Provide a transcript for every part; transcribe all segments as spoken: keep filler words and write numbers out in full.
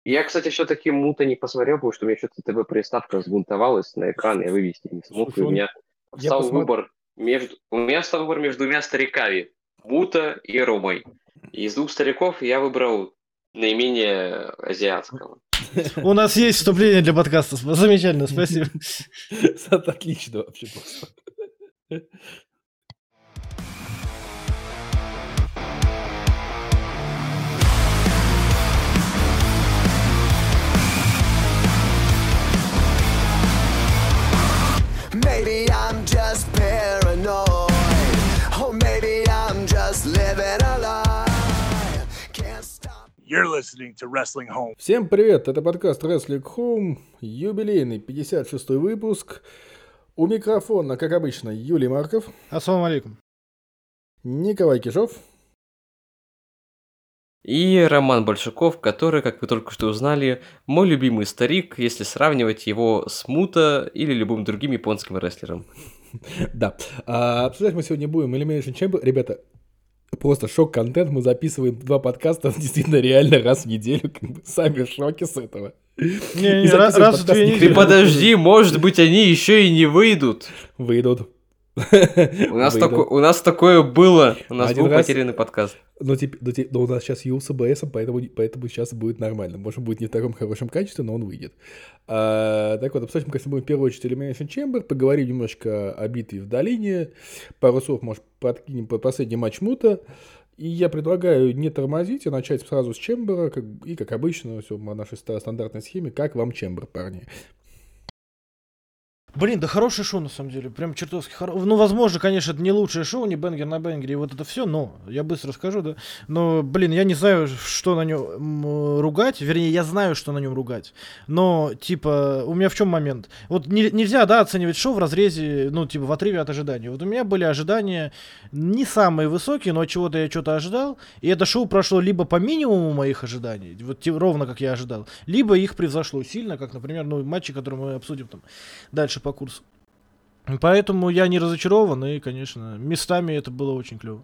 Я, кстати, все-таки Мута не посмотрел, потому что у меня что-то ТВ-приставка взбунтовалась на экран, я вывести не смог, и Слушай, у он... меня Я встал посмотрел... выбор между... У меня встал выбор между двумя стариками, Мута и Ромой. И из двух стариков я выбрал наименее азиатского. У нас есть вступление для подкаста. Замечательно, спасибо. Это отлично вообще просто. Maybe I'm just paranoid, or maybe I'm just living a lie. Can't stop. You're listening to Wrestling Home. Всем привет, это подкаст Wrestling Home, юбилейный пятьдесят шестой выпуск. У микрофона, как обычно, Юлий Марков, Ассаламу алейкум. Николай Кишов. И Роман Большаков, который, как вы только что узнали, мой любимый старик, если сравнивать его с Мута или любым другим японским рестлером. Да. А, обсуждать мы сегодня будем Elimination Chamber. Ребята, просто шок-контент. Мы записываем два подкаста действительно реально раз в неделю. Как бы сами в шоке с этого. Не, не, И раз, записываем раз в подкаст две не- Ты недели. подожди, может быть, они еще и не выйдут. Выйдут. У нас, Выйдут. тако- у нас такое было. У нас Один был раз- потерянный подкаст. Но, теп- но те- но у нас сейчас Ю с ОБС, поэтому, поэтому сейчас будет нормально. Может, будет не в таком хорошем качестве, но он выйдет. А, так вот, обсудим, конечно, будем в первую очередь Elimination Chamber, поговорим немножко о битве в долине, пару слов, может, подкинем по последний матч Мута. И я предлагаю не тормозить, а начать сразу с Чембера, как, и, как обычно, все по нашей ста- стандартной схеме. Как вам Чембер, парни? Блин, да хорошее шоу, на самом деле. Прям чертовски хорошее. Ну, возможно, конечно, это не лучшее шоу, не бенгер на бенгере, и вот это все, но я быстро скажу, да. Но, блин, я не знаю, что на нем ругать. Вернее, я знаю, что на нем ругать. Но, типа, у меня в чем момент? Вот не- нельзя, да, оценивать шоу в разрезе, ну, типа, в отрыве от ожиданий. Вот у меня были ожидания не самые высокие, но от чего-то я что-то ожидал. И это шоу прошло либо по минимуму моих ожиданий, вот те- ровно как я ожидал, либо их превзошло сильно, как, например, ну, матчи, которые мы обсудим там дальше по курсу. Поэтому я не разочарован, и, конечно, местами это было очень клево.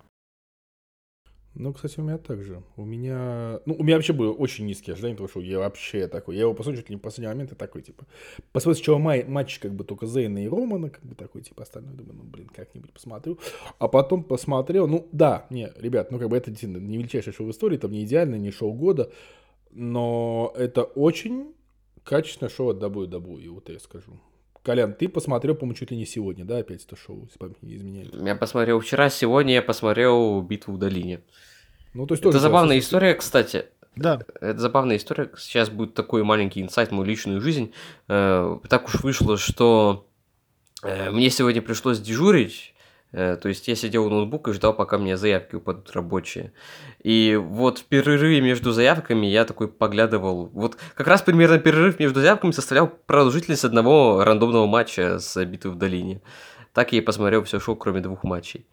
Ну, кстати, у меня также. У меня... Ну, у меня вообще было очень низкие ожидания того шоу. Я вообще такой... Я его посмотрел чуть ли не в последний момент и такой, типа... Посмотрел сначала май... матч, как бы, только Зейна и Романа, как бы, такой, типа, остальное. Думаю, ну, блин, как-нибудь посмотрю. А потом посмотрел... Ну, да, не, ребят, ну, как бы, это действительно не величайшее шоу в истории, там не идеальное, не шоу года, но это очень качественное шоу от дабл ю дабл ю и, вот я скажу. Колян, ты посмотрел, по-моему, чуть ли не сегодня, да, опять это шоу, если память не изменяет. Я посмотрел вчера, сегодня я посмотрел «Битву в долине». Ну, то есть Это тоже забавная классно. история, кстати. Да. Это забавная история. Сейчас будет такой маленький инсайт в мою личную жизнь. Э, Так уж вышло, что э, мне сегодня пришлось дежурить. Э, То есть я сидел у ноутбука и ждал, пока мне заявки упадут рабочие. И вот в перерыве между заявками я такой поглядывал. Вот как раз примерно перерыв между заявками составлял продолжительность одного рандомного матча с «Битвы в долине». Так я и посмотрел все шоу, кроме двух матчей.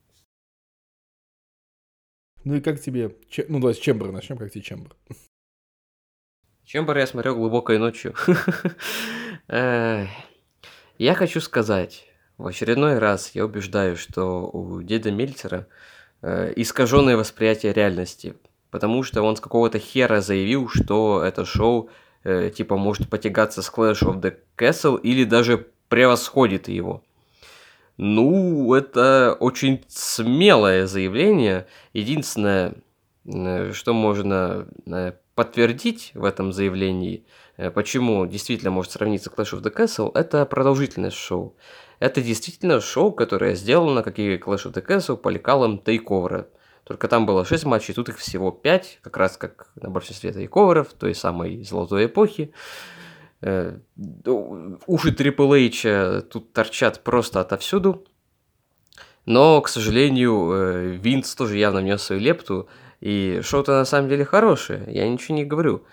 Ну и как тебе... Че- Ну, давай с Чембера начнем, как тебе Чембер? Чембер я смотрел глубокой ночью. Эх. Я хочу сказать, в очередной раз я убеждаю, что у деда Мельцера э, искаженное восприятие реальности, потому что он с какого-то хера заявил, что это шоу э, типа может потягаться с Clash of the Castle или даже превосходит его. Ну, это очень смелое заявление. Единственное, э, что можно э, подтвердить в этом заявлении, э, почему действительно может сравниться Clash of the Castle, это продолжительность шоу. Это действительно шоу, которое сделано, как и Clash of the Castle, по лекалам тейковера. Только там было шесть матчей, тут их всего пять, как раз как на большинстве тейковеров, той самой золотой эпохи. Э, ну, Уши Трипл Эйча тут торчат просто отовсюду. Но, к сожалению, э, Винс тоже явно внес свою лепту. И шоу-то на самом деле хорошее, я ничего не говорю.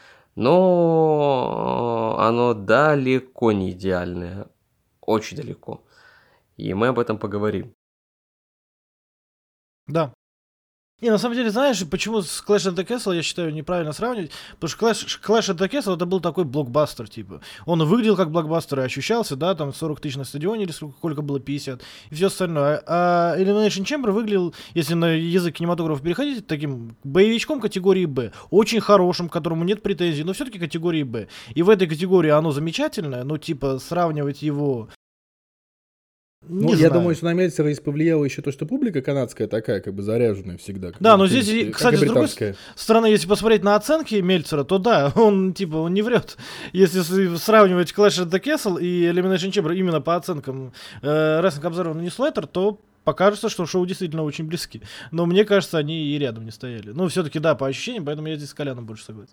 Но оно далеко не идеальное. Очень далеко. И мы об этом поговорим. Да. Не, на самом деле, знаешь, почему с Clash of the Castle, я считаю, неправильно сравнивать? Потому что Clash, Clash of the Castle это был такой блокбастер, типа. Он выглядел как блокбастер и ощущался, да, там сорок тысяч на стадионе или сколько было, пятьдесят, и все остальное. А Elimination Chamber выглядел, если на язык кинематографа переходить, таким боевичком категории Б. Очень хорошим, к которому нет претензий, но все-таки категории Б. И в этой категории оно замечательное, но, типа, сравнивать его... Ну, Не я знаю. думаю, что на Мельцера здесь повлияло еще то, что публика канадская такая, как бы заряженная всегда. Да, бы, но в здесь, принципе, и, как кстати, и с другой британская. с- стороны, если посмотреть на оценки Мельцера, то да, он типа он не врет. Если с- сравнивать Clash of the Castle и Elimination Chamber именно по оценкам э, Wrestling Observer Newsletter, то покажется, что шоу действительно очень близки. Но мне кажется, они и рядом не стояли. Ну, все-таки да, по ощущениям, поэтому я здесь с Коляном больше согласен.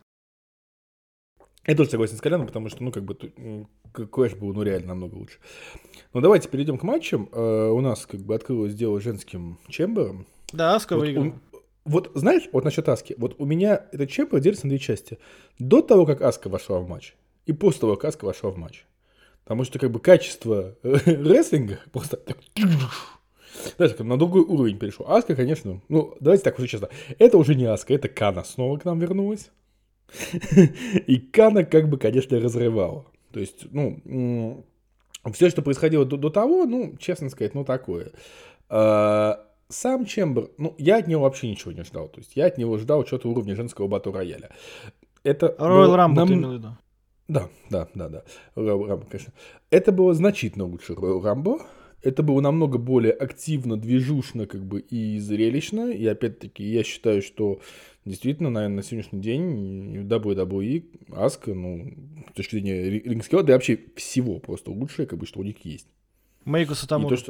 Я тоже согласен с Коляном, потому что, ну, как бы, ту- м, к- Clash был, ну, реально намного лучше. Ну, давайте перейдем к матчам. Э, у нас, как бы, открылось дело женским чембером. Да, Аска Вот, выиграл. у- вот, знаешь, вот насчет Аски. Вот у меня этот чембер делится на две части. До того, как Аска вошла в матч, и после того, как Аска вошла в матч. Потому что, как бы, качество рестлинга просто так, знаешь, как на другой уровень перешел. Аска, конечно, ну, давайте так уже честно. Это уже не Аска, это Кана снова к нам вернулась. И Кана, как бы, конечно, разрывала. То есть, ну, все, что происходило до, до того, ну, честно сказать, ну, такое. А, сам Чембер, ну, я от него вообще ничего не ждал. То есть, я от него ждал что-то уровня женского батл рояля. Это Royal было Rumble нам- ты имел в виду. Да, да, да, да. Royal Rumble, конечно. Это было значительно лучше Royal Rumble. Это было намного более активно, движушно, как бы, и зрелищно. И опять-таки, я считаю, что действительно, наверное, на сегодняшний день в дабл ю дабл ю и Аска, ну, с точки зрения рингского, да и вообще всего просто лучшее, как бы, что у них есть. Мейко И Сатамура. то, что...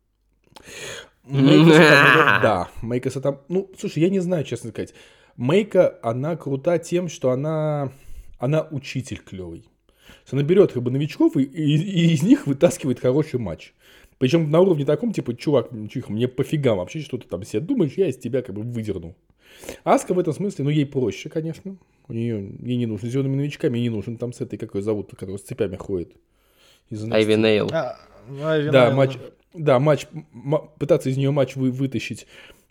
Мейка Сатамура, да. Мейка Сатамура... Ну, слушай, я не знаю, честно сказать. Мейка, она крута тем, что она... Она учитель клевый. Она берет, как бы, новичков и, и- и из них вытаскивает хороший матч. Причем на уровне таком, типа, чувак, чиха, мне пофигам вообще, что ты там себе думаешь, я из тебя, как бы, выдерну. Аска в этом смысле, ну, ей проще, конечно. У нее, ей не нужно с зелеными новичками, ей не нужен там с этой, как ее зовут, которая с цепями ходит. Из эн экс ти. Айви Нейл. А, Айви Да, Найл, матч, да, матч, м- пытаться из нее матч вы, вытащить,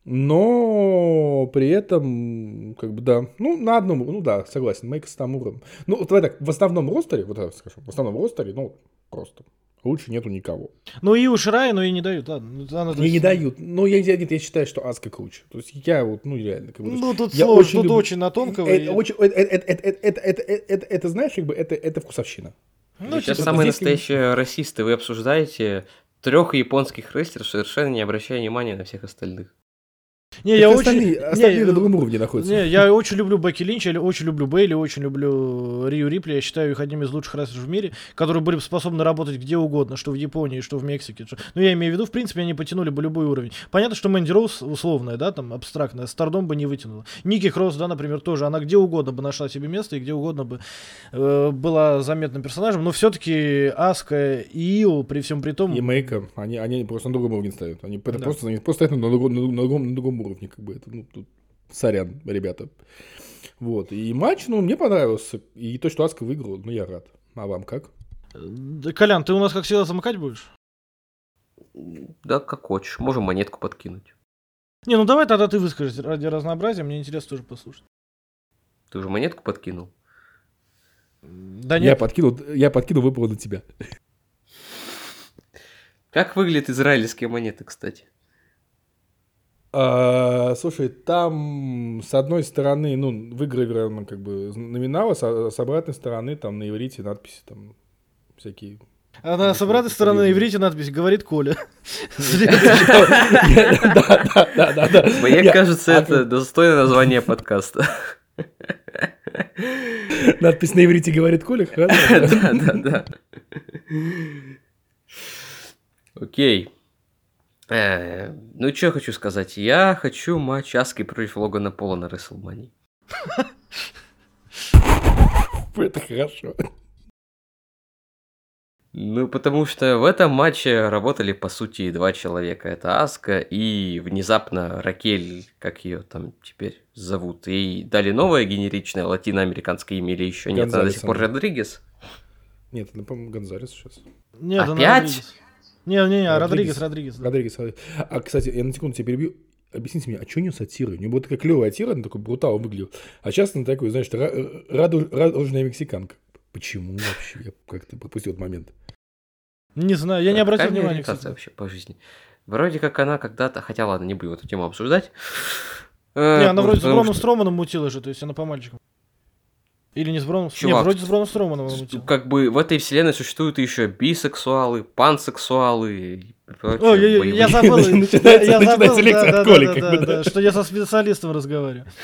но при этом, как бы, да, ну, на одном, ну, да, согласен, Мейка с Тамуром. Ну, вот давай так, в основном ростере, вот так скажу, в основном ростере, ну, просто, лучше нету никого. Ну и у Ширай, но и не дают, ладно. Ну, она, то Мне есть, не дают, но я, я, я считаю, что Аска круче. То есть я вот, ну, реально, как бы, то есть Ну, тут я сложно, тут люблю- очень на тонкого. Это, и- очень- это, это, это, это, это, это, это, это, знаешь, как бы, это, это вкусовщина. Ну, Вы сейчас типа, самые здесь как бы- настоящие расисты. Вы обсуждаете трех японских рестлеров, совершенно не обращая внимания на всех остальных. Не, Так я остальные, очень... остальные не, на другом уровне находятся. Не, я очень люблю Бекки Линч, я очень люблю Бейли, очень люблю Рию Рипли. Я считаю их одним из лучших рестлеров в мире, которые были бы способны работать где угодно, что в Японии, что в Мексике. что- Ну, я имею в виду, в принципе, они потянули бы любой уровень. Понятно, что Мэнди Роуз условная, да, там, абстрактная, Стардом бы не вытянула. Ники Кросс, да, например, тоже. Она где угодно бы нашла себе место и где угодно бы э, была заметным персонажем. Но все-таки Аска и Ио, при всем при том... И Мейка, они, они просто на другом уровне стоят. Они это Да. просто, они просто стоят на другом, на, другом, на другом уровне, как бы это, ну, тут, сорян, ребята. Вот. И матч, ну, мне понравился. И то, что Аска выиграла, ну, я рад. А вам как? Да, Колян, ты у нас, как всегда, замыкать будешь? Да, как хочешь. Можем монетку подкинуть. Не, ну давай тогда ты выскажешь ради разнообразия, мне интересно тоже послушать. Ты уже монетку подкинул? Да Я нет, подкинул, я подкинул, выпал на тебя. Как выглядят израильские монеты, кстати? А, слушай, там с одной стороны, ну, выгравировано как бы номиналы, с, с обратной стороны там на иврите надписи там всякие. а на, с обратной стороны на иврите надпись «Говорит Коля». Да, да, да, да, да. Мне Я- кажется, а это достойное название подкаста. Надпись на иврите говорит Коля, хорошо. Да, да, да. Окей. Э, Ну, что хочу сказать. Я хочу матч Аски против Логана Пола на WrestleMania. Это хорошо. Ну, потому что в этом матче работали, по сути, два человека. Это Аска и внезапно Ракель, как ее там теперь зовут. Ей дали новое генеричное латиноамериканское имя или еще нет? Она до сих пор Гонзалес, Родригес? Нет, это, по-моему, Гонзалес сейчас. Нет, она Опять? Родригес. Не, не, не, Родригес. Родригес, Родригес. да. Родригес. А, кстати, я на секунду тебя перебью. объясните мне, а что у него с Атирой? У него была такая клевая Атира, она такой брутал выглядел. А сейчас она такой, знаешь, ра- раду- радужная мексиканка. Почему вообще? Я как-то пропустил этот момент. Не знаю, я не обратил Какая внимания, ориентация кстати. вообще по жизни? Вроде как она когда-то... Хотя ладно, не будем эту тему обсуждать. Не, Э, она вроде с потому Броном что, Строманом мутила же, то есть она по мальчикам. Или не с Броном... Не, Чувак, вроде с Броном Строманом она с- мутила. Как бы в этой вселенной существуют еще бисексуалы, пансексуалы и прочие Ой, я, я- боевые. я забыл, я, Начинается- я начинается забыл, лекция да, от да, Коли, да, как да, бы, да, да. что я со специалистом разговариваю.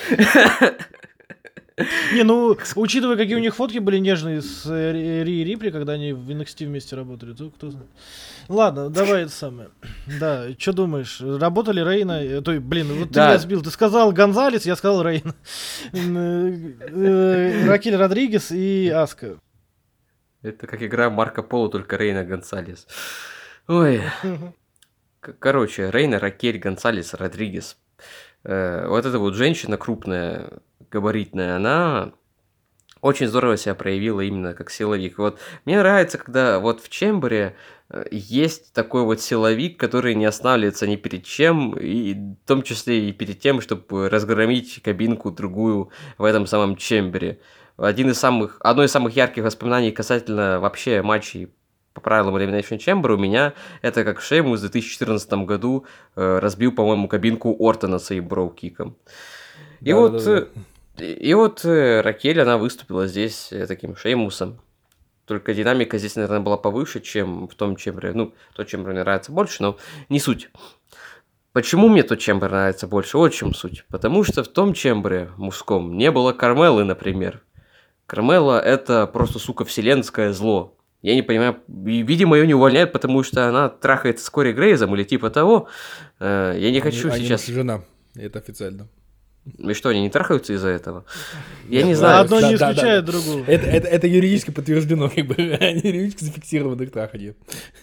Не, ну, учитывая, какие у них фотки были нежные с э, Ри Ри и Рипли, когда они в эн экс ти вместе работали, то кто знает. Ладно, давай это самое. Да, что думаешь, работали Рейна? э, То, блин, вот ты Да. меня сбил. Ты сказал Гонзалес, я сказал Рейна. М, э, Ракель Родригес и Аска. Это как игра Марко Поло, только Рейна Гонсалес. Ой. К- Короче, Рейна, Ракель, Гонсалес, Родригес. Э, вот эта вот женщина крупная, габаритная, она очень здорово себя проявила именно как силовик. Вот мне нравится, когда вот в Чембере э, есть такой вот силовик, который не останавливается ни перед чем, и в том числе и перед тем, чтобы разгромить кабинку другую в этом самом Чембере. Один из самых, одно из самых ярких воспоминаний касательно вообще матчей по правилам Elimination Chamber у меня это как Шеймус в две тысячи четырнадцатом году э, разбил, по-моему, кабинку Ортона своим броу-киком. И вот, Да-да-да-да. э, и вот э, Ракель, она выступила здесь э, таким Шеймусом. Только динамика здесь, наверное, была повыше, чем в том Чембере. Ну, тот Чембер мне нравится больше, но не суть. Почему мне тот Чембер нравится больше? Вот в чем суть. Потому что в том Чембере мужском не было Кармелы, например. Кармела – это просто, сука, вселенское зло. Я не понимаю, и, видимо, ее не увольняют, потому что она трахается с Кори Грейзом или типа того. Э, Я не Они- хочу они сейчас... муж и жена. Это официально. И что, они не трахаются из-за этого? Я Нет, не ну, знаю. Одно да, не да, да, исключает да. другого. Это, это, это юридически подтверждено, как бы, они юридически зафиксированы к траханию.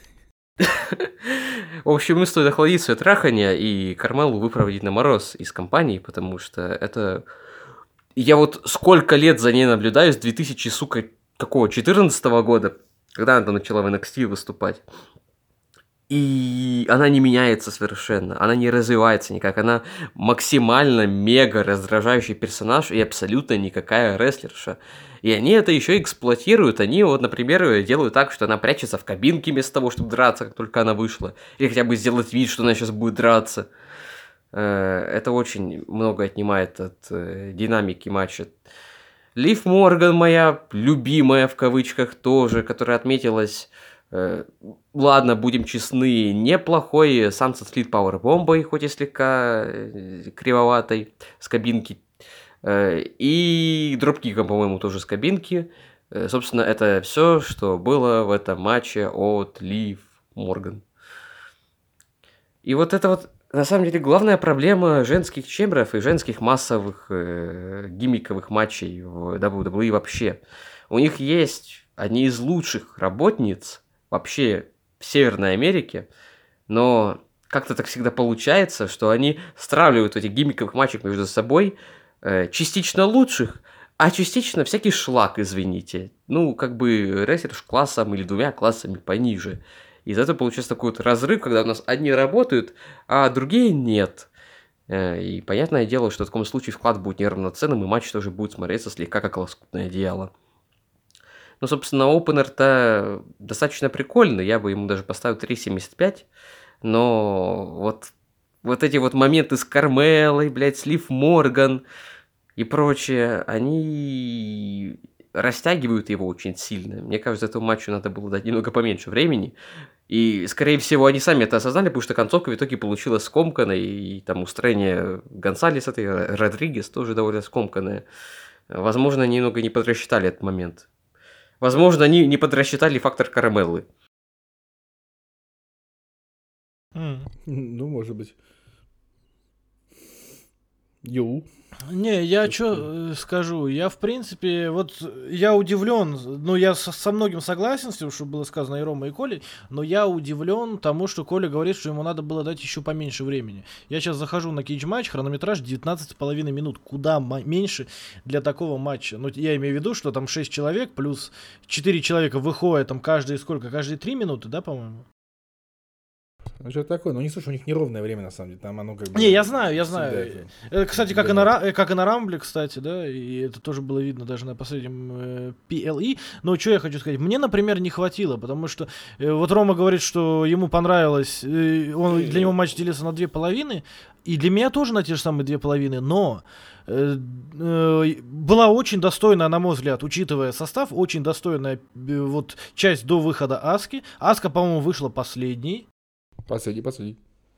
В общем, им стоит охладить свое трахание и Кармелу выпроводить на мороз из компании, потому что это... Я вот сколько лет за ней наблюдаю, с две тысячи, сука, какого, четырнадцатого года, когда она начала в эн экс ти выступать. И она не меняется совершенно, она не развивается никак, она максимально мега раздражающий персонаж и абсолютно никакая рестлерша. И они это еще эксплуатируют, они вот, например, делают так, что она прячется в кабинке вместо того, чтобы драться, как только она вышла, или хотя бы сделать вид, что она сейчас будет драться. Э, Это очень много отнимает от э, динамики матча. Лив Морган, моя любимая в кавычках тоже, которая отметилась, э, ладно, будем честны, неплохой Sunset Split Powerbomb, хоть и слегка э, кривоватой, с кабинки. Э, и дропкиком, по-моему, тоже с кабинки. Э, собственно, это все, что было в этом матче от Лив Морган. И вот это вот, на самом деле, главная проблема женских чемберов и женских массовых э, гиммиковых матчей в дабл ю дабл ю и вообще. У них есть одни из лучших работниц вообще в Северной Америке, но как-то так всегда получается, что они стравливают этих гиммиковых матчей между собой, э, частично лучших, а частично всякий шлак, извините. Ну, как бы рестлер классом или двумя классами пониже. Из-за этого получается такой вот разрыв, когда у нас одни работают, а другие нет. Э, И понятное дело, что в таком случае вклад будет неравноценным, и матч тоже будет смотреться слегка как лоскутное одеяло. Ну, собственно, опенер-то достаточно прикольный, я бы ему даже поставил три семьдесят пять, но вот, вот эти вот моменты с Кармелой, блядь, с Лив Морган и прочее, они растягивают его очень сильно. Мне кажется, этому матчу надо было дать немного поменьше времени. И, скорее всего, они сами это осознали, потому что концовка в итоге получилась скомканной, и там устроение Гонсалеса, этой Родригес тоже довольно скомканное. Возможно, они немного не подрасчитали этот момент. Возможно, они не подрасчитали фактор Карамеллы. М. Ну, может быть. Йоу. Не, я что скажу, я в принципе, вот я удивлен, ну я со, со многим согласен с тем, что было сказано и Рома, и Колей, но я удивлен тому, что Коля говорит, что ему надо было дать еще поменьше времени. Я сейчас захожу на кейдж-матч, хронометраж девятнадцать с половиной минут, куда ма- меньше для такого матча. Ну я имею в виду, что там шесть человек, плюс четыре человека выходят, там каждые сколько, каждые три минуты, да, по-моему? Ну, что такое? Ну, не слушай, у них неровное время, на самом деле. Там оно как бы... Не, я знаю, я всегда знаю. это- Это, кстати, как и, Да. на, Ра- э, как и на Рамбле, кстати, да, и это тоже было видно даже на последнем э, пи эл и. Но что я хочу сказать? Мне, например, не хватило, потому что э, вот Рома говорит, что ему понравилось, э, он, для него матч делился на две половины, и для меня тоже на те же самые две половины, но э, э, была очень достойная, на мой взгляд, учитывая состав, очень достойная э, вот часть до выхода Аски. Аска, по-моему, вышла последней. Последний, последний.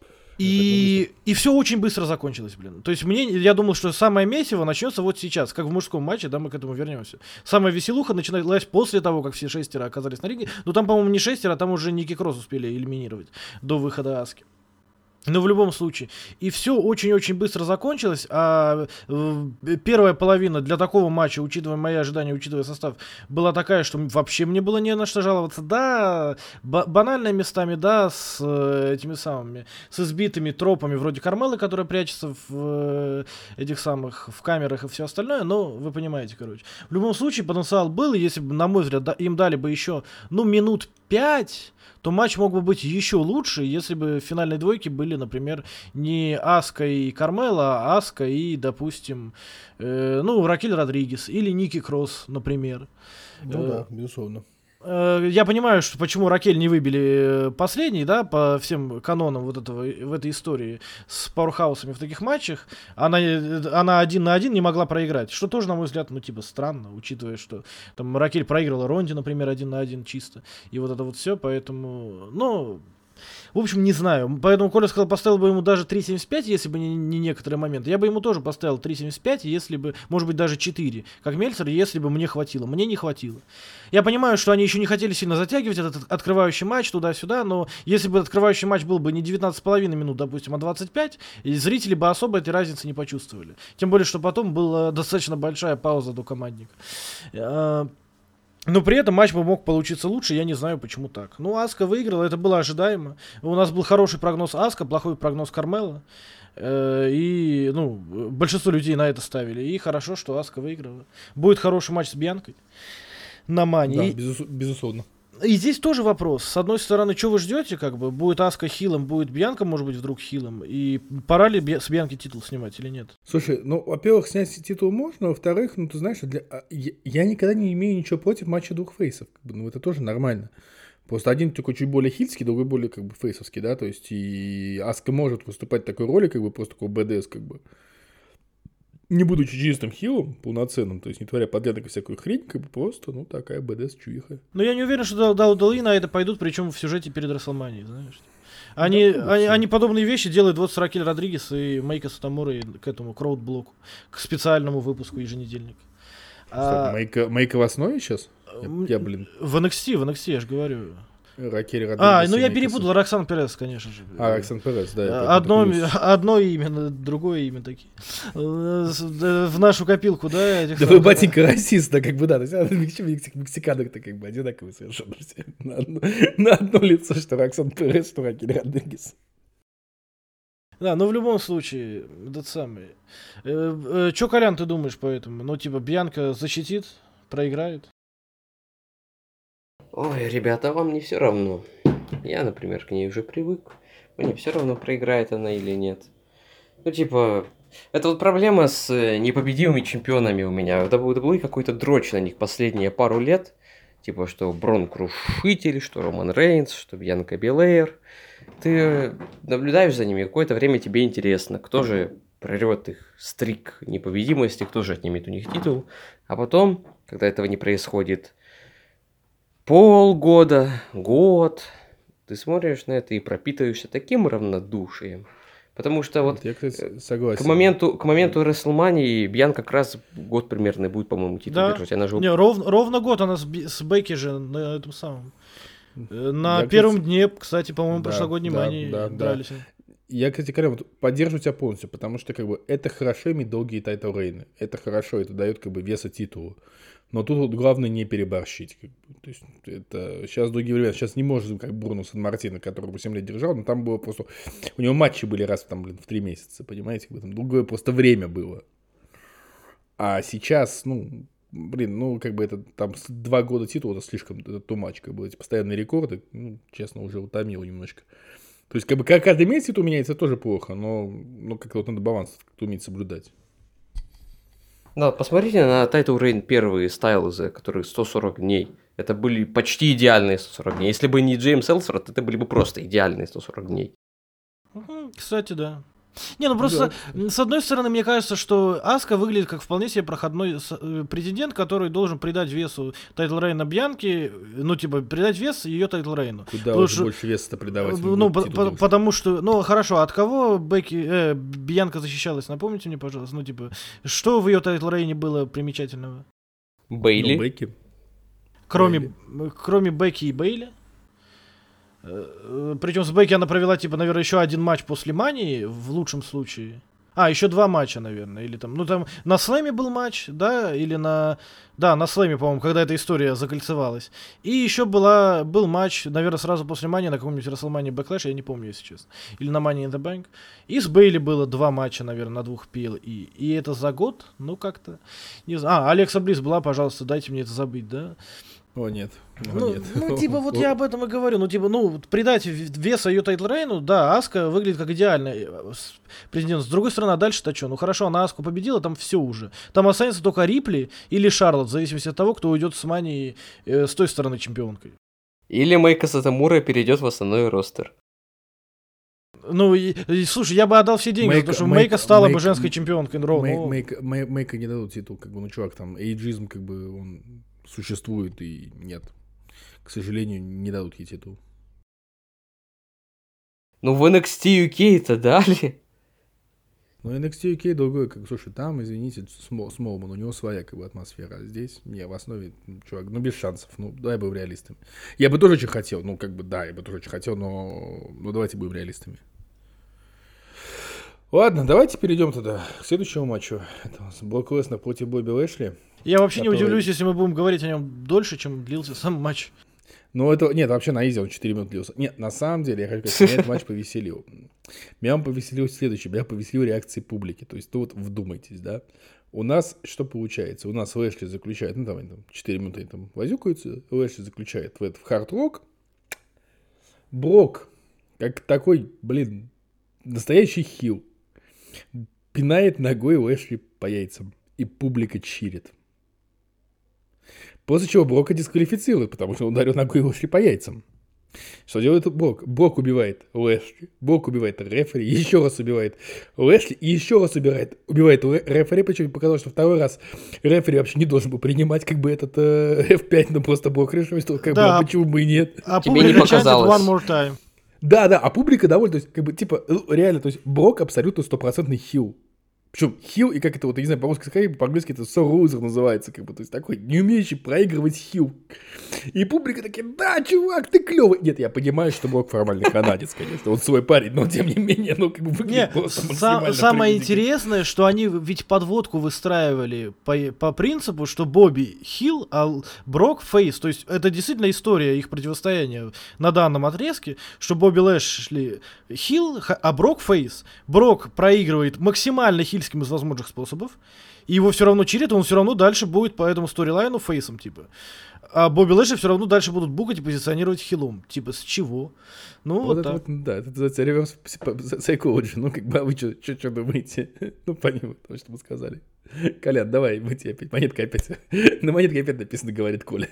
И, и все очень быстро закончилось, блин. То есть мне, я думал, что самое месиво начнется вот сейчас, как в мужском матче, да, мы к этому вернемся. Самая веселуха началась после того, как все шестеро оказались на ринге. Ну там, по-моему, не шестеро, а там уже Ники Кросс успели элиминировать до выхода Аски. Но в любом случае. И все очень-очень быстро закончилось, а э, первая половина для такого матча, учитывая мои ожидания, учитывая состав, была такая, что вообще мне было не на что жаловаться. Да, ба- банальными местами, да, с э, этими самыми, с избитыми тропами вроде Кармелы, которая прячется в э, этих самых, в камерах и все остальное, но вы понимаете, короче. В любом случае потенциал был, и если бы, на мой взгляд, да, им дали бы еще, ну, минут пять, то матч мог бы быть еще лучше, если бы в финальной двойке были, например, не Аска и Кармела, а Аска и, допустим, э, ну, Ракель Родригес или Ники Кросс, например. Ну Э, да, безусловно. Э, Я понимаю, что почему Ракель не выбили э, последний, да, по всем канонам вот этого, в этой истории с пауэрхаусами в таких матчах. Она, э, она один на один не могла проиграть, что тоже, на мой взгляд, ну, типа, странно, учитывая, что там Ракель проиграла Ронди, например, один на один чисто, и вот это вот все, поэтому, ну... В общем, не знаю. Поэтому Коля сказал, поставил бы ему даже три семьдесят пять, если бы не, не некоторые моменты. Я бы ему тоже поставил три семьдесят пять, если бы, может быть, даже четыре, как Мельцер, если бы мне хватило. Мне не хватило. Я понимаю, что они еще не хотели сильно затягивать этот открывающий матч туда-сюда, но если бы открывающий матч был бы не девятнадцать с половиной минут, допустим, а двадцать пять, и зрители бы особо этой разницы не почувствовали. Тем более, что потом была достаточно большая пауза до командника. А, Но при этом матч бы мог получиться лучше, я не знаю, почему так. Ну, Аска выиграла, это было ожидаемо. У нас был хороший прогноз Аска, плохой прогноз Кармела. Э, И, ну, большинство людей на это ставили. И хорошо, что Аска выиграла. Будет хороший матч с Бьянкой на Мане. Да, И- безус- безусловно. И здесь тоже вопрос. С одной стороны, что вы ждете, как бы, будет Аска хилом, будет Бьянка, может быть, вдруг хилом. И пора ли Бья- с Бьянки титул снимать или нет? Слушай, ну, во-первых, снять титул можно, во-вторых, ну, ты знаешь, для... а, я, я никогда не имею ничего против матча двух фейсов. Как бы, ну, это тоже нормально. Просто один такой чуть более хильский, другой более, как бы, фейсовский, да, то есть и Аска может выступать в такой роли, как бы, просто такой БДС, как бы, не будучи чистым хилом, полноценным, то есть не творя подряд всякую хрень, как бы, просто, ну, такая БДС-чуиха. Но я не уверен, что Дау Дали на это пойдут, причем в сюжете перед Расселманией, знаешь. Они, Да, они, всё. они подобные вещи делают вот с Ракель Родригес и Мейка Сатамурой к этому, к роудблоку, к специальному выпуску еженедельника. А, Мейка, Мейка в основе сейчас? Я, м, я, блин, в эн экс ти, в эн экс ти, я же говорю. Ракель Родригес. А, ну и я Мейка перепутал, Роксан Перес, конечно же. А, Роксан Перес, да. я А, поэтому Одно, такой весь- одно имя, другое имя такие. Э, с- да, В нашу копилку, да, этих Да самых- вы, батенька, расист, да, как бы, да, то есть, а, мексик- мексик- мексиканок-то как бы одинаковые совершенно все. На одно, на одно лицо, что Роксан Перес, что Ракель Родригес. Да, но в любом случае, этот самый. Э, Че, Колян, ты думаешь по этому? Ну, типа, Бьянка защитит, проиграет? Ой, ребята, вам не все равно. Я, например, к ней уже привык. Мне все равно, проиграет она или нет. Ну, типа, это вот проблема с э, непобедимыми чемпионами у меня. В дабл ю дабл ю и какой-то дрочь на них последние пару лет. Типа, что Брон Крушитель, что Роман Рейнс, что Бьянка Белэйр. Ты наблюдаешь за ними, какое-то время тебе интересно, кто же прорвет их стрик непобедимости, кто же отнимет у них титул. А потом, когда этого не происходит, полгода, год, ты смотришь на это и пропитываешься таким равнодушием. Потому что вот Я, кстати, согласен. к моменту, к моменту Рестлмании Бьян как раз год примерно будет, по-моему, титул Да. держать. Она же Не, ров- ровно год она с, Би- с Бекки же на этом самом. Э, На Я, первом кстати, дне, кстати, по-моему, да, прошлогоднем да, они да, да. дрались. Я, кстати, Коля, вот поддерживаю тебя полностью, потому что, как бы, это хорошо иметь долгие тайтл-рейны. Это хорошо, это дает, как бы, веса титулу. Но тут вот главное не переборщить. Как бы. То есть, это сейчас другие времена. Сейчас не может, как Бруно Сан-Мартино, который восемь лет держал, но там было просто... У него матчи были раз, там, блин, в три месяца, понимаете? Как бы, там другое просто время было. А сейчас, ну... Блин, ну, как бы это там с- два года титула, это слишком, это too much, как бы эти постоянные рекорды, ну, честно, уже утомил немножко. То есть, как бы, как каждый месяц это меняется, тоже плохо, но, но как-то вот надо баланс как-то уметь соблюдать. Да, посмотрите на Title Reign первые Стайлзы, которые сто сорок дней. Это были почти идеальные сто сорок дней. Если бы не Джеймс Элсворт, это были бы просто идеальные сто сорок дней. Мгм, Кстати, да. Не, ну просто, м, с одной стороны, мне кажется, что Аска выглядит как вполне себе проходной с- э, претендент, который должен придать весу Тайтл Рейна Бьянки, э, ну, типа, придать вес ее Тайтл Рейну. Куда Потому уже что- больше веса-то придавать? Э, Ну, по- по- потому что, ну, хорошо, от кого Бекки, э, Бьянка защищалась, напомните мне, пожалуйста, ну, типа, что в ее Тайтл Рейне было примечательного? Бейли. Ну, Бекки. Кроме, Бейли. м, кроме Бекки и Бейли. Причем с Бекки она провела, типа, наверное, еще один матч после Мании, в лучшем случае. А, еще два матча, наверное. Или там, ну там на Слэме был матч, да, или на. Да, на Слэме, по-моему, когда эта история закольцевалась. И еще была, был матч, наверное, сразу после Мании на каком-нибудь WrestleMania Backlash, я не помню, если честно. Или на Money in the Bank. И с Бейли было два матча, наверное, на двух пи эл и. И это за год, ну как-то. Не знаю. А, Алекса Блисс была, пожалуйста, дайте мне это забыть, да? О, нет. О, Ну, нет. ну, типа, вот я об этом и говорю. Ну, типа, ну, вот придать в- веса ее Тайтл Рейну, да, Аска выглядит как идеальный э, с- претендент. С другой стороны, а дальше-то что? Ну, хорошо, она Аску победила, там все уже. Там останется только Рипли или Шарлотт, в зависимости от того, кто уйдет с Мани э, с той стороны чемпионкой. Или Мейка Сатамура перейдет в основной ростер. Ну, и, и, слушай, я бы отдал все деньги, Мейка- за то, что Мейка- Мейка стала бы Мейка- женской чемпионкой Ро. Мэй- но- Мейка Мэй- Мейка не дадут титул, как бы, ну, чувак, там, эйджизм, как бы, он существует, и нет. К сожалению, не дадут ей титул. Ну в эн экс ти ю кей-то дали. Но эн экс ти ю кей другой, как, слушай, там, извините, Смол- Смолман, у него своя, как бы, атмосфера. А здесь, не, в основе, ну, чувак, ну, без шансов, ну, давай будем реалистами. Я бы тоже очень хотел, ну, как бы, да, я бы тоже очень хотел, но, ну, давайте будем реалистами. Ладно, давайте перейдем тогда к следующему матчу. Это у нас Брок Леснер против Бобби Лэшли. Я вообще не который- удивлюсь, если мы будем говорить о нем дольше, чем длился сам матч. Ну, это, нет, вообще на изи он четыре минуты длился. Нет, на самом деле, я хочу сказать, меня этот матч повеселил. Меня он повеселил следующее, меня повеселил реакции публики. То есть, ну вот вдумайтесь, да. У нас что получается? У нас Лэшли заключает, ну, там, они там четыре минуты они там возюкаются, Лэшли заключает в этот в хард-рок. Брок, как такой, блин, настоящий хил, пинает ногой Лэшли по яйцам, и публика чирит. После чего Брока дисквалифицируют, потому что он ударил ногой Лэшли по яйцам. Что делает Брок? Брок убивает Лэшли, Брок убивает рефери, еще раз убивает Лэшли и еще раз убивает, убивает лэ- рефери, причем показалось, что второй раз рефери вообще не должен был принимать как бы этот э, эф пять, но просто Брок решил, что как бы, Да. а почему бы и нет. А Тебе не публика чантит показалось. One more time. Да, да, а публика довольна, то есть, как бы, типа, ну, реально, то есть, Брок абсолютно стопроцентный хил. Причем хил, и как это вот, я не знаю, по-русски сказать, по-английски это sore loser называется, как бы, то есть, такой, не умеющий проигрывать хил. И публика такие, да, чувак, ты клевый. Нет, я понимаю, что Брок формальный канадец, конечно, он свой парень, но тем не менее, ну, как бы, выглядит Не, просто са- максимально самое приблизительно. интересное, что они ведь подводку выстраивали по, по принципу, что Бобби хил, а Л- Брок фейс. То есть это действительно история их противостояния на данном отрезке, что Бобби Лэшли хил, х- а Брок фейс. Брок проигрывает максимально хильским из возможных способов, и его все равно чирит, он все равно дальше будет по этому сторилайну фейсом, типа. А Бобби Лэшли все равно дальше будут букать и позиционировать хилом. Типа, с чего? Ну, Вот вот, это так. вот, да, это называется реверс psychology. Ну, как бы, а вы что думаете? Ну, понятно, то, что мы сказали. Колян, давай, мы тебе опять, монетка опять. На монетке опять написано, говорит Коля.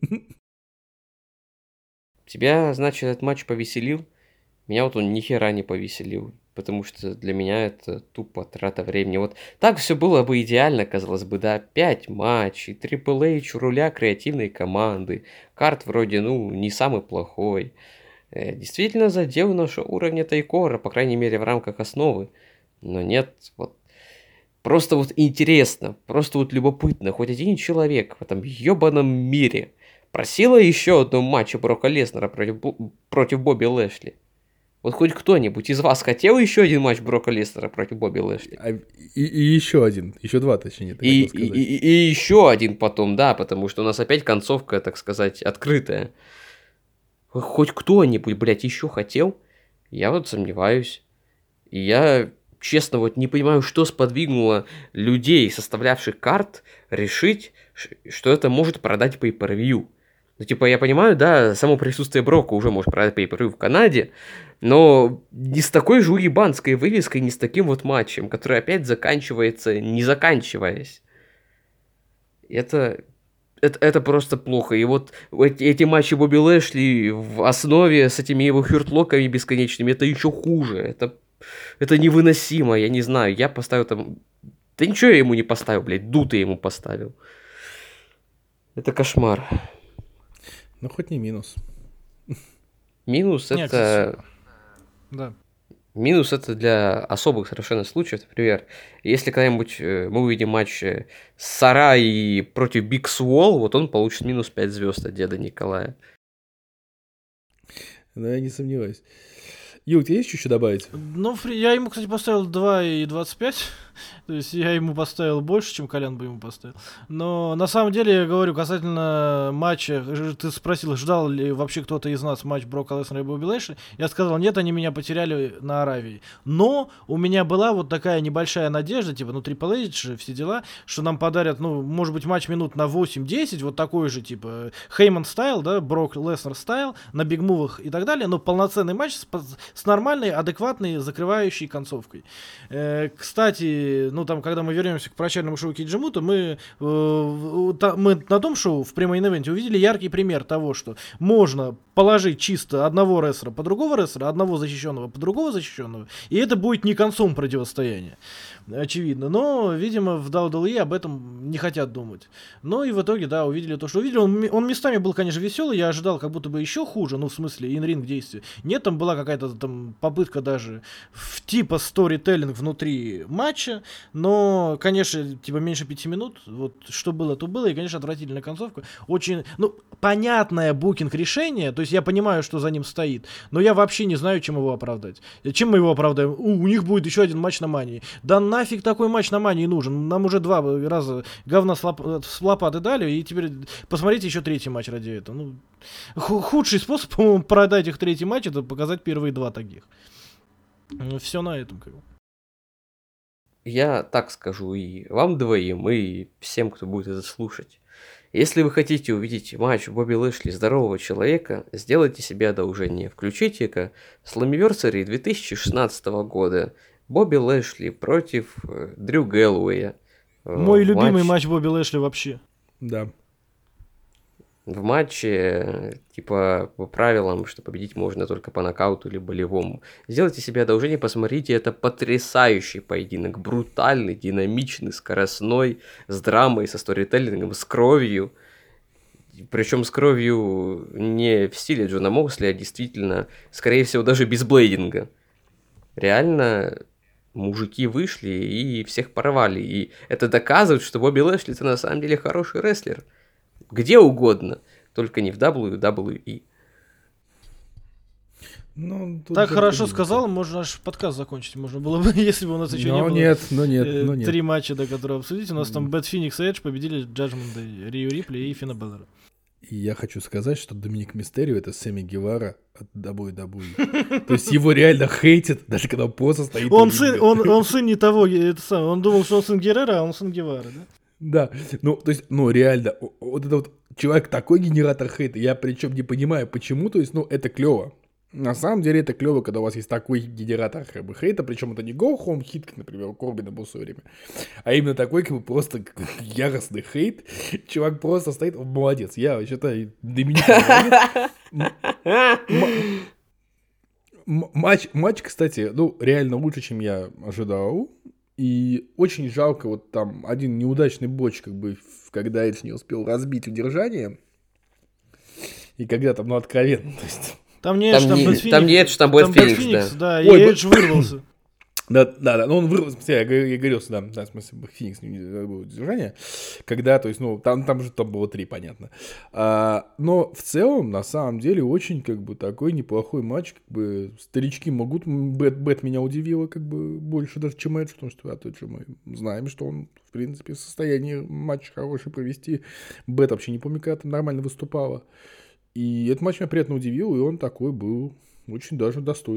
Тебя, значит, этот матч повеселил? Меня вот он ни хера не повеселил. Потому что для меня это тупо трата времени. Вот так все было бы идеально, казалось бы, да. Пять матчей, Triple H у руля креативной команды. Карт вроде, ну, не самый плохой. Э, Действительно задел нашего уровня Тайкора, по крайней мере, в рамках основы. Но нет, вот просто вот интересно, просто вот любопытно. Хоть один человек в этом ебаном мире просила еще одного матча Брока Леснера против, Бо- против Бобби Лэшли. Вот хоть кто-нибудь из вас хотел еще один матч Брока Леснера против Бобби Лэшли? А, и, и еще один, еще два, точнее, ты И, хотел и, сказать. и- и еще один потом, да, потому что у нас опять концовка, так сказать, открытая. Хоть кто-нибудь, блядь, еще хотел? Я вот сомневаюсь. И я, честно, вот не понимаю, что сподвигнуло людей, составлявших карт, решить, ш- что это может продать pay-per-view. Ну, типа, я понимаю, да, само присутствие Брока уже может продать pay-per-view в Канаде, но не с такой же уебанской вывеской, не с таким вот матчем, который опять заканчивается, не заканчиваясь. Это, это, это просто плохо. И вот эти, эти матчи Бобби Лэшли в основе с этими его хёртлоками бесконечными, это еще хуже. Это, это невыносимо, я не знаю. Я поставил там... Да ничего я ему не поставил, блядь, дуто ему поставил. Это кошмар. Ну, хоть не минус. Минус Нет, это... кстати, да. Минус это для особых совершенно случаев. Например, если когда-нибудь э, мы увидим матч э, Сараи против Биг Свол, вот он получит минус пять звезд от деда Николая. Да, я не сомневаюсь. Ю, у тебя есть что добавить? Ну, фри- я ему, кстати, поставил два и двадцать пять. То есть я ему поставил больше, чем Колян бы ему поставил. Но на самом деле, я говорю, касательно матча, ж- ты спросил, ждал ли вообще кто-то из нас матч Брока Леснера и Бобби Лэшли. Я сказал, нет, они меня потеряли на Аравии. Но у меня была вот такая небольшая надежда, типа, ну, Triple H, все дела, что нам подарят, ну, может быть, матч минут на восемь-десять, вот такой же, типа, Хейман стайл, да, Брок Леснер стайл, на бигмувах и так далее, но полноценный матч с, с нормальной, адекватной, закрывающей концовкой. Э, кстати, ну там, когда мы вернемся к прощальному шоу Киджимута, мы, э, та, мы на том шоу в прямой-ивенте увидели яркий пример того, что можно положить чисто одного рестлера по другого рестлера, одного защищенного по другого защищенного, и это будет не концом противостояния. Очевидно. Но, видимо, в дабл ю дабл ю и об этом не хотят думать. Ну и в итоге, да, увидели то, что увидели. Он, он местами был, конечно, веселый. Я ожидал как будто бы еще хуже, ну, в смысле, ин-ринг действия. Нет, там была какая-то там попытка даже в типа сторителлинг внутри матча. Но, конечно, типа меньше пяти минут. Вот что было, то было. И, конечно, отвратительная концовка. Очень, ну, понятное букинг решение. То есть я понимаю, что за ним стоит. Но я вообще не знаю, чем его оправдать. Чем мы его оправдаем? У, у них будет еще один матч на Мании. Да нафиг такой матч на Мании нужен? Нам уже два раза говна с, лоп... с лопаты дали, и теперь посмотрите еще третий матч ради этого. Ну, худший способ, по-моему, продать их третий матч, это показать первые два таких. Ну, все на этом. Как бы. Я так скажу и вам двоим, и всем, кто будет это слушать. Если вы хотите увидеть матч Бобби Лэшли здорового человека, сделайте себе одолжение. Включите-ка Slammiversary две тысячи шестнадцатого года. Бобби Лэшли против э, Дрю Гэллоуэя. Мой в любимый матч... матч Бобби Лэшли вообще. Да. В матче, типа, по правилам, что победить можно только по нокауту или болевому. Сделайте себе одолжение, посмотрите, это потрясающий поединок. Брутальный, динамичный, скоростной, с драмой, со сторителлингом, с кровью. Причем с кровью не в стиле Джона Моксли, а действительно, скорее всего, даже без блейдинга. Реально, мужики вышли и всех порвали. И это доказывает, что Бобби Лэшли это на самом деле хороший рестлер. Где угодно, только не в дабл ю дабл ю и. Ну, тут Так же хорошо другие сказал, можно наш подкаст закончить. Можно было бы, если бы у нас еще не Но было нет, ну нет, э, ну нет. три матча, до которых обсудить. У нас там Бэт Феникс и Эдж победили Джаджмент Дэй, Рио Рипли и Финна Беллера. И я хочу сказать, что Доминик Мистерио — это Сэмми Гевара от дабл ю дабл ю и. То есть его реально хейтят, даже когда он просто стоит. Он сын, он, он сын не того, это самое. Он думал, что он сын Геррера, а он сын Гевара, да? Да, ну, то есть, ну, реально, о- вот это вот человек такой генератор хейта, я причем не понимаю, почему, то есть, ну, это клево. На самом деле это клево, когда у вас есть такой генератор как бы, хейта, причем это не go home hit, как, например, у Корбина был в свое время, а именно такой, как бы, просто яростный хейт. Чувак просто стоит, он молодец, я считаю, Доминик молодец. М- м- м- Матч, матч, кстати, ну, реально лучше, чем я ожидал. И очень жалко, вот там один неудачный боч, как бы, в- когда Эдж не успел разбить удержание. И когда там, ну, откровенно, то есть... Там не Там Эдж, там не- Бэт там не Эдж, там Бэт Бэт Феникс, Феникс, да. И Ой, Бэт- Эдж вырвался. Да, да, да, ну он вырвал, в смысле, я, говорю- я говорил, да, да, в смысле, Феникс не было удержания, когда, то есть, ну, там, там же там было три, понятно. А, но в целом, на самом деле, очень, как бы, такой неплохой матч, как бы, старички могут, Бэт, Бэт меня удивило, как бы, больше даже, чем Эдж, потому что, а тот же мы знаем, что он, в принципе, в состоянии матч хороший провести. Бэт вообще не помню, когда там нормально выступала. И этот матч меня приятно удивил, и он такой был очень даже достойный.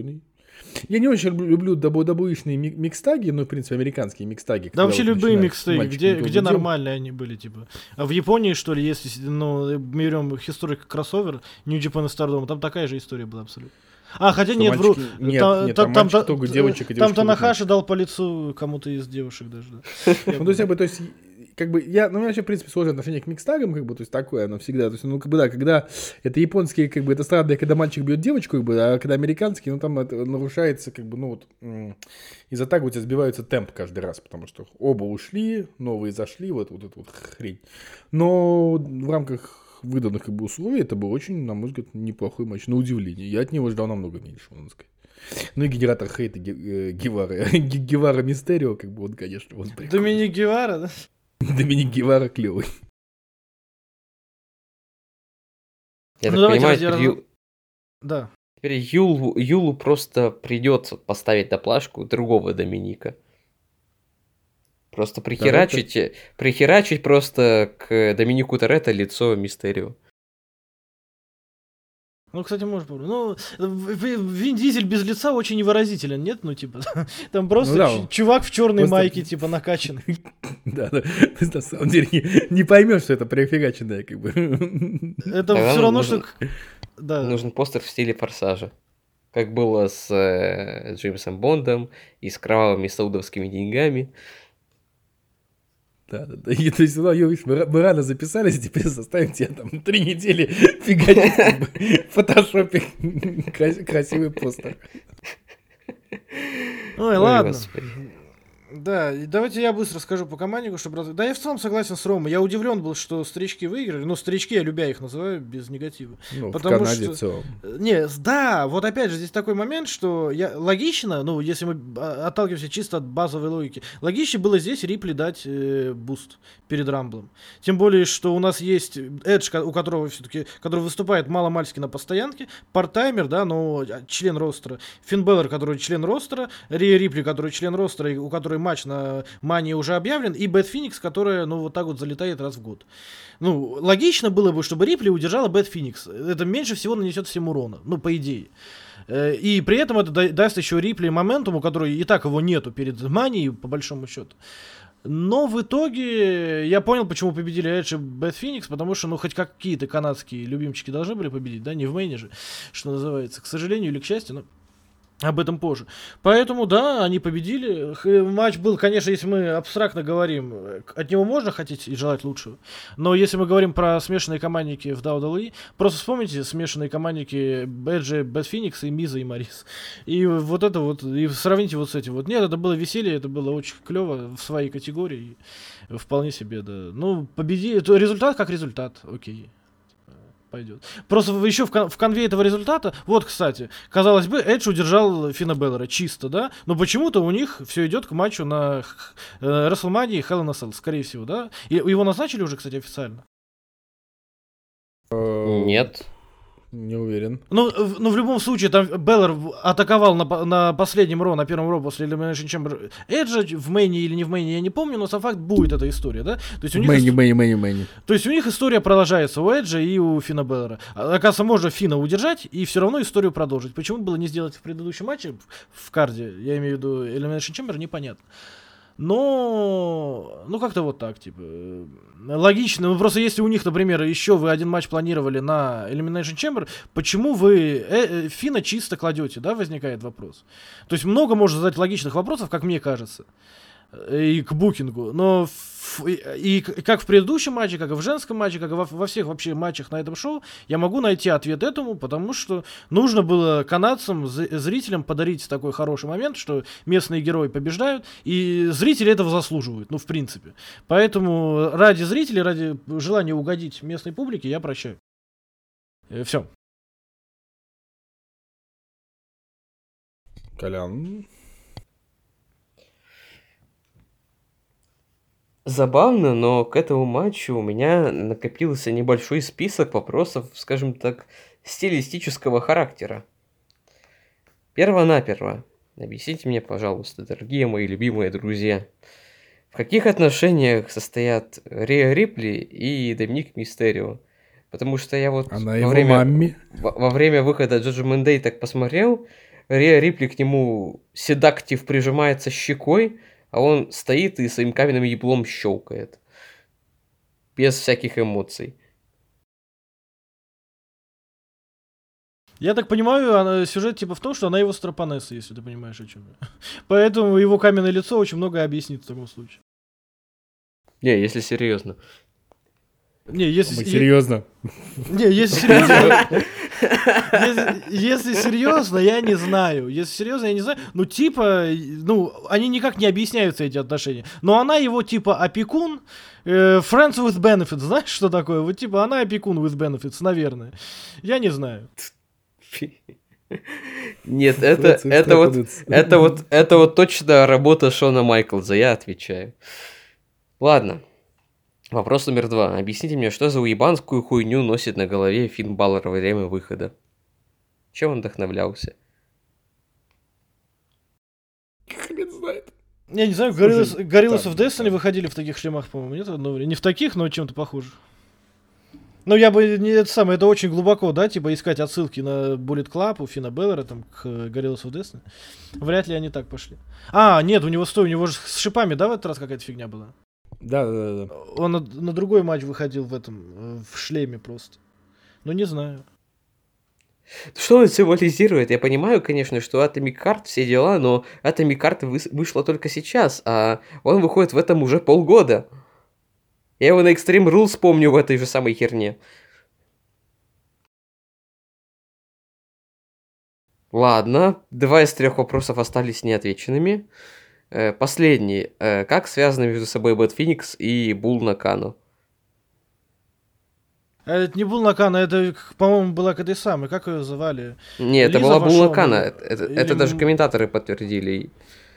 Я не очень люблю, люблю дабл ю дабл ю и-шные ми- микстаги, ну, в принципе, американские микстаги. Да когда вообще вот любые начинают микстейки, мальчики где, друг где друга делать. нормальные они были, типа. А в Японии, что ли, если, ну, мы берем Historic кроссовер, New Japan и Stardom, там такая же история была абсолютно. А, хотя Что нет, вру. мальчики- нет, Та- нет, та- там там мальчики та- только т- девочек и Там девочек только Танахаши дал по лицу кому-то из девушек даже, да. Ну, то есть, как бы, то есть, как бы, я, ну, у меня вообще, в принципе, сложное отношение к микстагам, как бы, то есть, такое оно всегда, то есть, ну, как бы, да, когда это японские, как бы, это странно, когда мальчик бьет девочку, как бы, а когда американские, ну, там это нарушается, как бы, ну, вот, м, из-за так у тебя сбивается темп каждый раз, потому что оба ушли, новые зашли, вот, вот эта вот хрень. Но в рамках выданных, как бы, условий это был очень, на мой взгляд, неплохой матч, на удивление. Я от него ждал намного меньше, надо сказать. Ну и генератор хейта Ге- э, Гевары. Ге- Гевара Мистерио, как бы он, конечно, он прикольный. Доминик Гевара, да? Доминик Гевара клевый. Я Ну, так давайте понимаю, ради- теперь, Ю- Да. теперь Юлу, Юлу просто придется поставить на плашку другого Доминика. Просто прихерачить, э, прихерачить просто к Доминику Торетто лицо Мистерио. Ну, кстати, может попробовать. Ну, в- в- Вин Дизель без лица очень невыразителен, нет? Ну, типа, там просто Ну да, ч- он- чувак в черной просто- майке, типа, накачанный. Да, да. То есть, на самом деле не, не поймешь, что это префигаченное, как бы. Это Тогда все равно, нужен- что... Да. Нужен постер в стиле Форсажа. Как было с э, Джеймсом Бондом и с кровавыми саудовскими деньгами. Да, да, да. И, то есть, ну, видишь, мы, ра- мы рано записались, теперь заставим тебя там три недели фигачить как бы, в фотошопе крас- красивый постер. Ой, Ой, ладно. господи. Да, и давайте я быстро скажу по команде, чтобы... раз- Да, я в целом согласен с Ромой. Я удивлен был, что старички выиграли. Но старички, я любя их называю, без негатива. Ну, Потому в Канаде что- в целом. Э, Не, с- да, вот опять же, здесь такой момент, что я, логично, ну, если мы а, отталкиваемся чисто от базовой логики, логичнее было здесь Рипли дать э, буст перед Рамблом. Тем более, что у нас есть Эдж, ко- у которого все-таки, который выступает маломальски на постоянке, парттаймер, да, но а, член ростера, Финн Беллер, который член ростера, Рия Рипли, который член ростера, и у которой матч на Мании уже объявлен, и Бэт Феникс, которая, ну, вот так вот залетает раз в год. Ну, логично было бы, чтобы Рипли удержала Бэт Феникс. Это меньше всего нанесет всем урона, ну, по идее. Э, И при этом это да- даст еще Рипли моментум, у которой и так его нету перед Манией, по большому счету. Но в итоге я понял, почему победили Эдж и Бэт Феникс, потому что, ну, хоть какие-то канадские любимчики должны были победить, да, не в мейне же, что называется, к сожалению или к счастью, но об этом позже. Поэтому, да, они победили. Х- Матч был, конечно, если мы абстрактно говорим, э, от него можно хотеть и желать лучшего. Но если мы говорим про смешанные командники в дабл ю дабл ю и, просто вспомните смешанные командники Эджи, Бэт Феникс и Миза и Марис. И вот это вот, и сравните вот с этим. Вот нет, это было веселье, это было очень клево в своей категории. И вполне себе, да. Ну, победи, это результат как результат, окей. Пойдет. Просто еще в, кон- в конве этого результата, вот, кстати, казалось бы, Эдж удержал Финна Беллера чисто, да, но почему-то у них все идет к матчу на WrestleMania и Hell in a Cell, скорее всего, да. И его назначили уже, кстати, официально. Нет. Не уверен. Ну, в- ну, в любом случае, там Беллер в- атаковал на, по- на последнем Ро, на первом Ро после Elimination Chamber Эджа в мейне или не в мейне, я не помню, но сам факт будет эта история, да. То есть у них Мэнни, ис- Мэнни, Мэнни, Мэнни. То есть у них история продолжается у Эджа и у Финна Беллера. А, Оказывается, можно Финна удержать и все равно историю продолжить. Почему было не сделать в предыдущем матче, в в карде, я имею в виду Elimination Chamber, непонятно. Но, ну как-то вот так, типа, э, логично. Ну просто если у них, например, еще вы один матч планировали на Elimination Chamber, почему вы э, э, Финна чисто кладете, да, возникает вопрос. То есть много можно задать логичных вопросов, как мне кажется, э, и к букингу, но ф- и, и к- как в предыдущем матче, как и в женском матче, как и во, во всех вообще матчах на этом шоу, я могу найти ответ этому, потому что нужно было канадцам, з- зрителям подарить такой хороший момент, что местные герои побеждают, и зрители этого заслуживают, ну, в принципе. Поэтому ради зрителей, ради желания угодить местной публике, я прощаю. Все. Колян. Забавно, но к этому матчу у меня накопился небольшой список вопросов, скажем так, стилистического характера. Перво-наперво. Объясните мне, пожалуйста, дорогие мои любимые друзья, в каких отношениях состоят Риа Рипли и Доминик Мистерио? Потому что я вот Она во его время, мамми. во, во время выхода Judgment Day так посмотрел, Риа Рипли к нему седактив прижимается щекой, а он стоит и своим каменным еблом щелкает. Без всяких эмоций. Я так понимаю, она- сюжет типа в том, что она его стропонесса, если ты понимаешь, о чем я. Поэтому его каменное лицо очень многое объяснит в таком случае. Не, если серьезно. Не, если... Мы е- серьезно. Не, если серьезно... Если, если серьезно, я не знаю. Если серьезно, я не знаю. Ну, типа, ну, они никак не объясняются, эти отношения. Но она его, типа, опекун, э, friends with benefits. Знаешь, что такое? Вот, типа, она опекун with benefits, наверное. Я не знаю. Нет, это, это вот, это вот, это вот точно работа Шона Майклза, я отвечаю. Ладно. Вопрос номер два. Объясните мне, что за уебанскую хуйню носит на голове Финн Балор во время выхода? Чем он вдохновлялся? Хрен знает. Я не знаю, Слушай, Gorillaz, Gorillaz так, of Destiny так. выходили в таких шлемах, по-моему, нет? Одно время. Не в таких, но чем-то похуже. Ну, я бы не это самое, это очень глубоко, да, типа искать отсылки на Bullet Club у Финна Беллера, там, к э, Gorillaz of Destiny. Вряд ли они так пошли. А, нет, у него, стой, у него же с шипами, да, в этот раз какая-то фигня была? Да, да, да, да. Он на, на другой матч выходил в этом, э, в шлеме просто. Ну, не знаю. Что он символизирует? Я понимаю, конечно, что Atomic Heart все дела, но Atomic Heart выс- вышла только сейчас, а он выходит в этом уже полгода. Я его на Extreme Rules помню в этой же самой херне. Ладно, два из трех вопросов остались неотвеченными. Э, Последний. Э, Как связаны между собой Бэт Феникс и Бул Накану? А это не был Накана, это, к- по-моему, была к этой самой, как ее звали? Не, это Лиза была Бул Вашон Накана. или- Это, это- или это даже м- комментаторы подтвердили.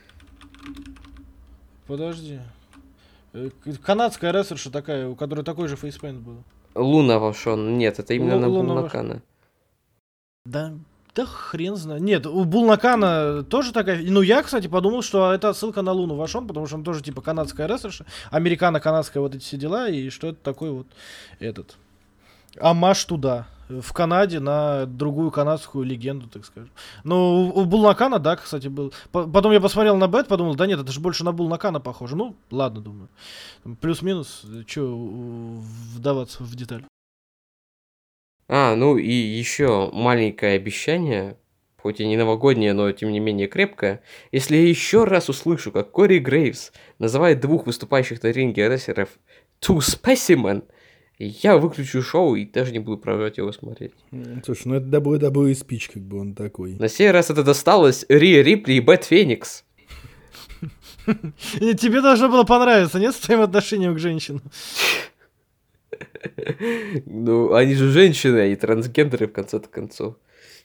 Подожди. Э, к- Канадская рестлерша такая, у которой такой же фейспейнт был. Луна Вашон. Нет, это именно Лу- на Бул Луна Ваш- Накана. Да, да хрен знает. Нет, у Булнакана тоже такая... Ну, я, кстати, подумал, что это отсылка на Луну Вашон, потому что он тоже, типа, канадская рестлерша, американо-канадская вот эти все дела, и что это такой вот этот... Амаш туда, в Канаде, на другую канадскую легенду, так скажем. Ну, у, у Булнакана, да, кстати, был. По- потом я посмотрел на Бэт, подумал, да нет, это же больше на Булнакана похоже. Ну, ладно, думаю. Там плюс-минус, что вдаваться в деталь. А, ну и еще маленькое обещание, хоть и не новогоднее, но тем не менее крепкое. Если я еще раз услышу, как Кори Грейвс называет двух выступающих на ринге рестлеров «two specimen», я выключу шоу и даже не буду продолжать его смотреть. М, Слушай, ну это дабл ю дабл ю и спич, как бы он такой. На сей раз это досталось Риа Рипли и Бэт Феникс. И тебе должно было понравиться, нет, с твоим отношением к женщинам? Ну, они же женщины, они трансгендеры в конце-то концов.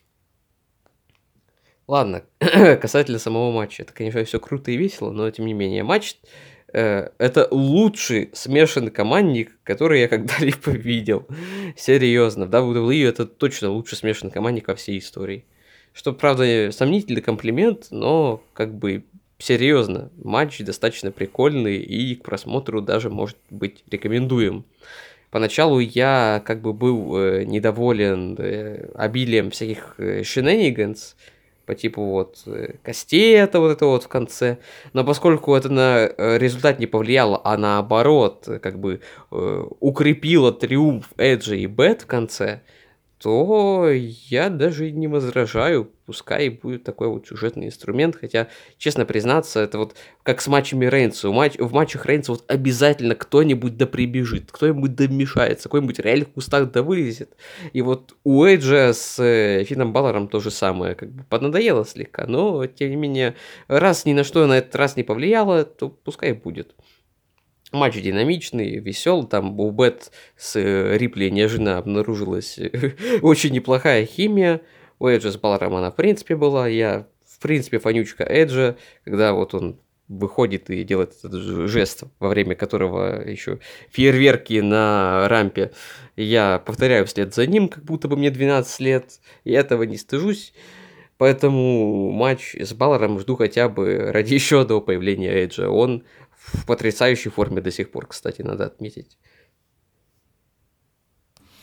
Ладно, касательно самого матча. Это, конечно, все круто и весело, но тем не менее. Матч э, это лучший смешанный командник, который я когда-либо видел. Серьезно, в дабл ю дабл ю и это точно лучший смешанный командник во всей истории. Что, правда, сомнительный комплимент, но как бы серьезно. Матч достаточно прикольный и к просмотру даже, может быть, рекомендуем. Поначалу я как бы был э, недоволен э, обилием всяких э, shenanigans, по типу вот э, костей это вот это вот в конце, но поскольку это на э, результат не повлияло, а наоборот э, как бы э, укрепило триумф Эджа и Бет в конце, то я даже и не возражаю, пускай будет такой вот сюжетный инструмент, хотя, честно признаться, это вот как с матчами Рейнса, в, матч, в матчах Рейнса вот обязательно кто-нибудь да прибежит, кто-нибудь да вмешается, какой-нибудь реально в кустах да вылезет, и вот у Эджа с э, Финном Балором то же самое, как бы поднадоело слегка, но, тем не менее, раз ни на что на этот раз не повлияло, то пускай будет. Матч динамичный, веселый, там у Бет с э, Рипли неожиданно обнаружилась э, очень неплохая химия, у Эджа с Балором она в принципе была, я в принципе фанючка Эджа, когда вот он выходит и делает этот ж- жест, во время которого еще фейерверки на рампе, я повторяю вслед за ним, как будто бы мне двенадцать лет, и этого не стыжусь. Поэтому матч с Балором жду хотя бы ради еще одного появления Эджа. Он в потрясающей форме до сих пор, кстати, надо отметить.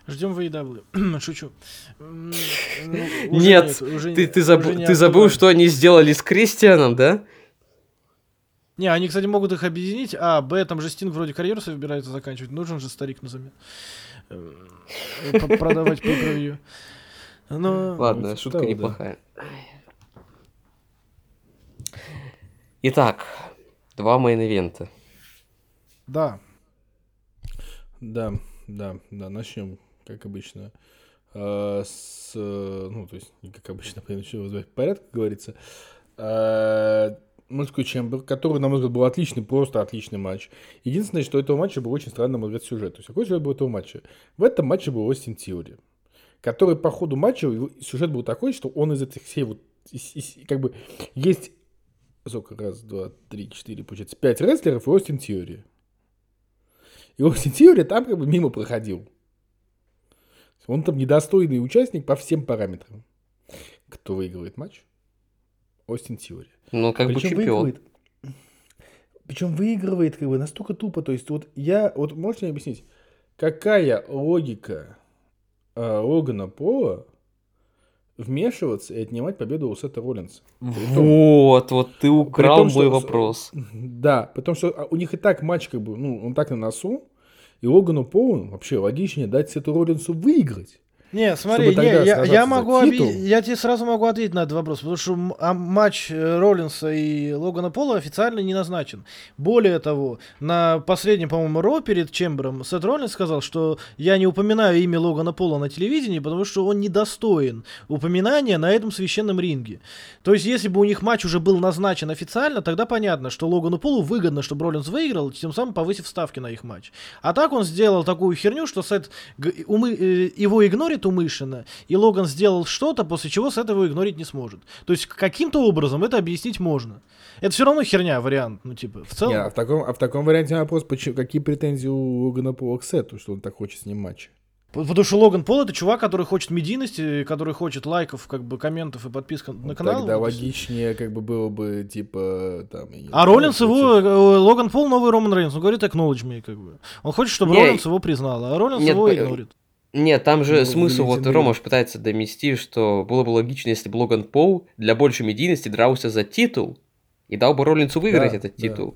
Ждем ви эй дабл ю. Шучу. М, ну, уже Нет, уже ты, не- ты, уже забыл, не ты забыл, актуально. что они сделали с Кристианом, да? Не, они, кстати, могут их объединить. А, Б, там же Стинг вроде карьеру собирается заканчивать. Нужен же старик на замену. Эм, п- Продавать pay-per-view. Ну, Ладно, ну, шутка да, да. неплохая. Итак, два мейн-ивента. да. Да, да, да, начнем, как обычно, а, с, э, ну, то есть, не как обычно, начнем вызывать порядок, как говорится. А, Мужской чембер, который, на мой взгляд, был отличный, просто отличный матч. Единственное, что у этого матча был очень странный, на мой взгляд, сюжет. То есть, какой сюжет был этого матча? В этом матче был Остин Тиори, который по ходу матча, его сюжет был такой, что он из этих всех вот, из- из- как бы, есть, сколько, раз, два, три, четыре, получается, пять рестлеров и Остин Тиори. И Остин Тиори там как бы мимо проходил. Он там недостойный участник по всем параметрам. Кто выигрывает матч? Остин Тиори. Ну, как бы Причем чемпион. выигрывает. Причем выигрывает как бы настолько тупо. То есть вот я, вот можете мне объяснить, какая логика э, Логана Пола вмешиваться и отнимать победу у Сета Роллинса? Вот, вот ты украл том, мой что- вопрос. Да, потому что у них и так матч как бы, ну, он так на носу, и Логану Полу вообще логичнее дать Сету Роллинсу выиграть. Не, смотри, Чтобы не, тогда я, сражаться я за могу объ- титул. я тебе сразу могу ответить на этот вопрос, потому что м- а матч э, Роллинса и Логана Пола официально не назначен. Более того, на последнем, по-моему, Ро перед Чембером Сет Роллинс сказал, что я не упоминаю имя Логана Пола на телевидении, потому что он недостоин упоминания на этом священном ринге. То есть, если бы у них матч уже был назначен официально, тогда понятно, что Логану Полу выгодно, чтобы Роллинс выиграл, тем самым повысив ставки на их матч. А так он сделал такую херню, что Сет г- умы- э, его игнорит умышленно, и Логан сделал что-то, после чего Сет его игнорить не сможет. То есть каким-то образом это объяснить можно. Это все равно херня, вариант, ну типа, в целом. Не, а, в таком, а в таком варианте вопрос, почему, какие претензии у Логана Пола к Сету, что он так хочет с ним матч? П- Потому что Логан Пол это чувак, который хочет медийности, который хочет лайков, как бы комментов и подписок на канал. Тогда Вот и всё. логичнее как бы было бы, типа, там... я не А знаю, Роллинс его, против- э, Логан Пол новый Роман Рейнс, он говорит acknowledge me, как бы. Он хочет, чтобы Не, Роллинс его признал, а Роллинс нет, его по- игнорит. Нет, там же Ну, смысл, вот Валентин Рома Ильич. ж пытается донести, что было бы логично, если бы Логан Пол для большей медийности дрался за титул и дал бы Роллинсу выиграть Да, этот да. титул.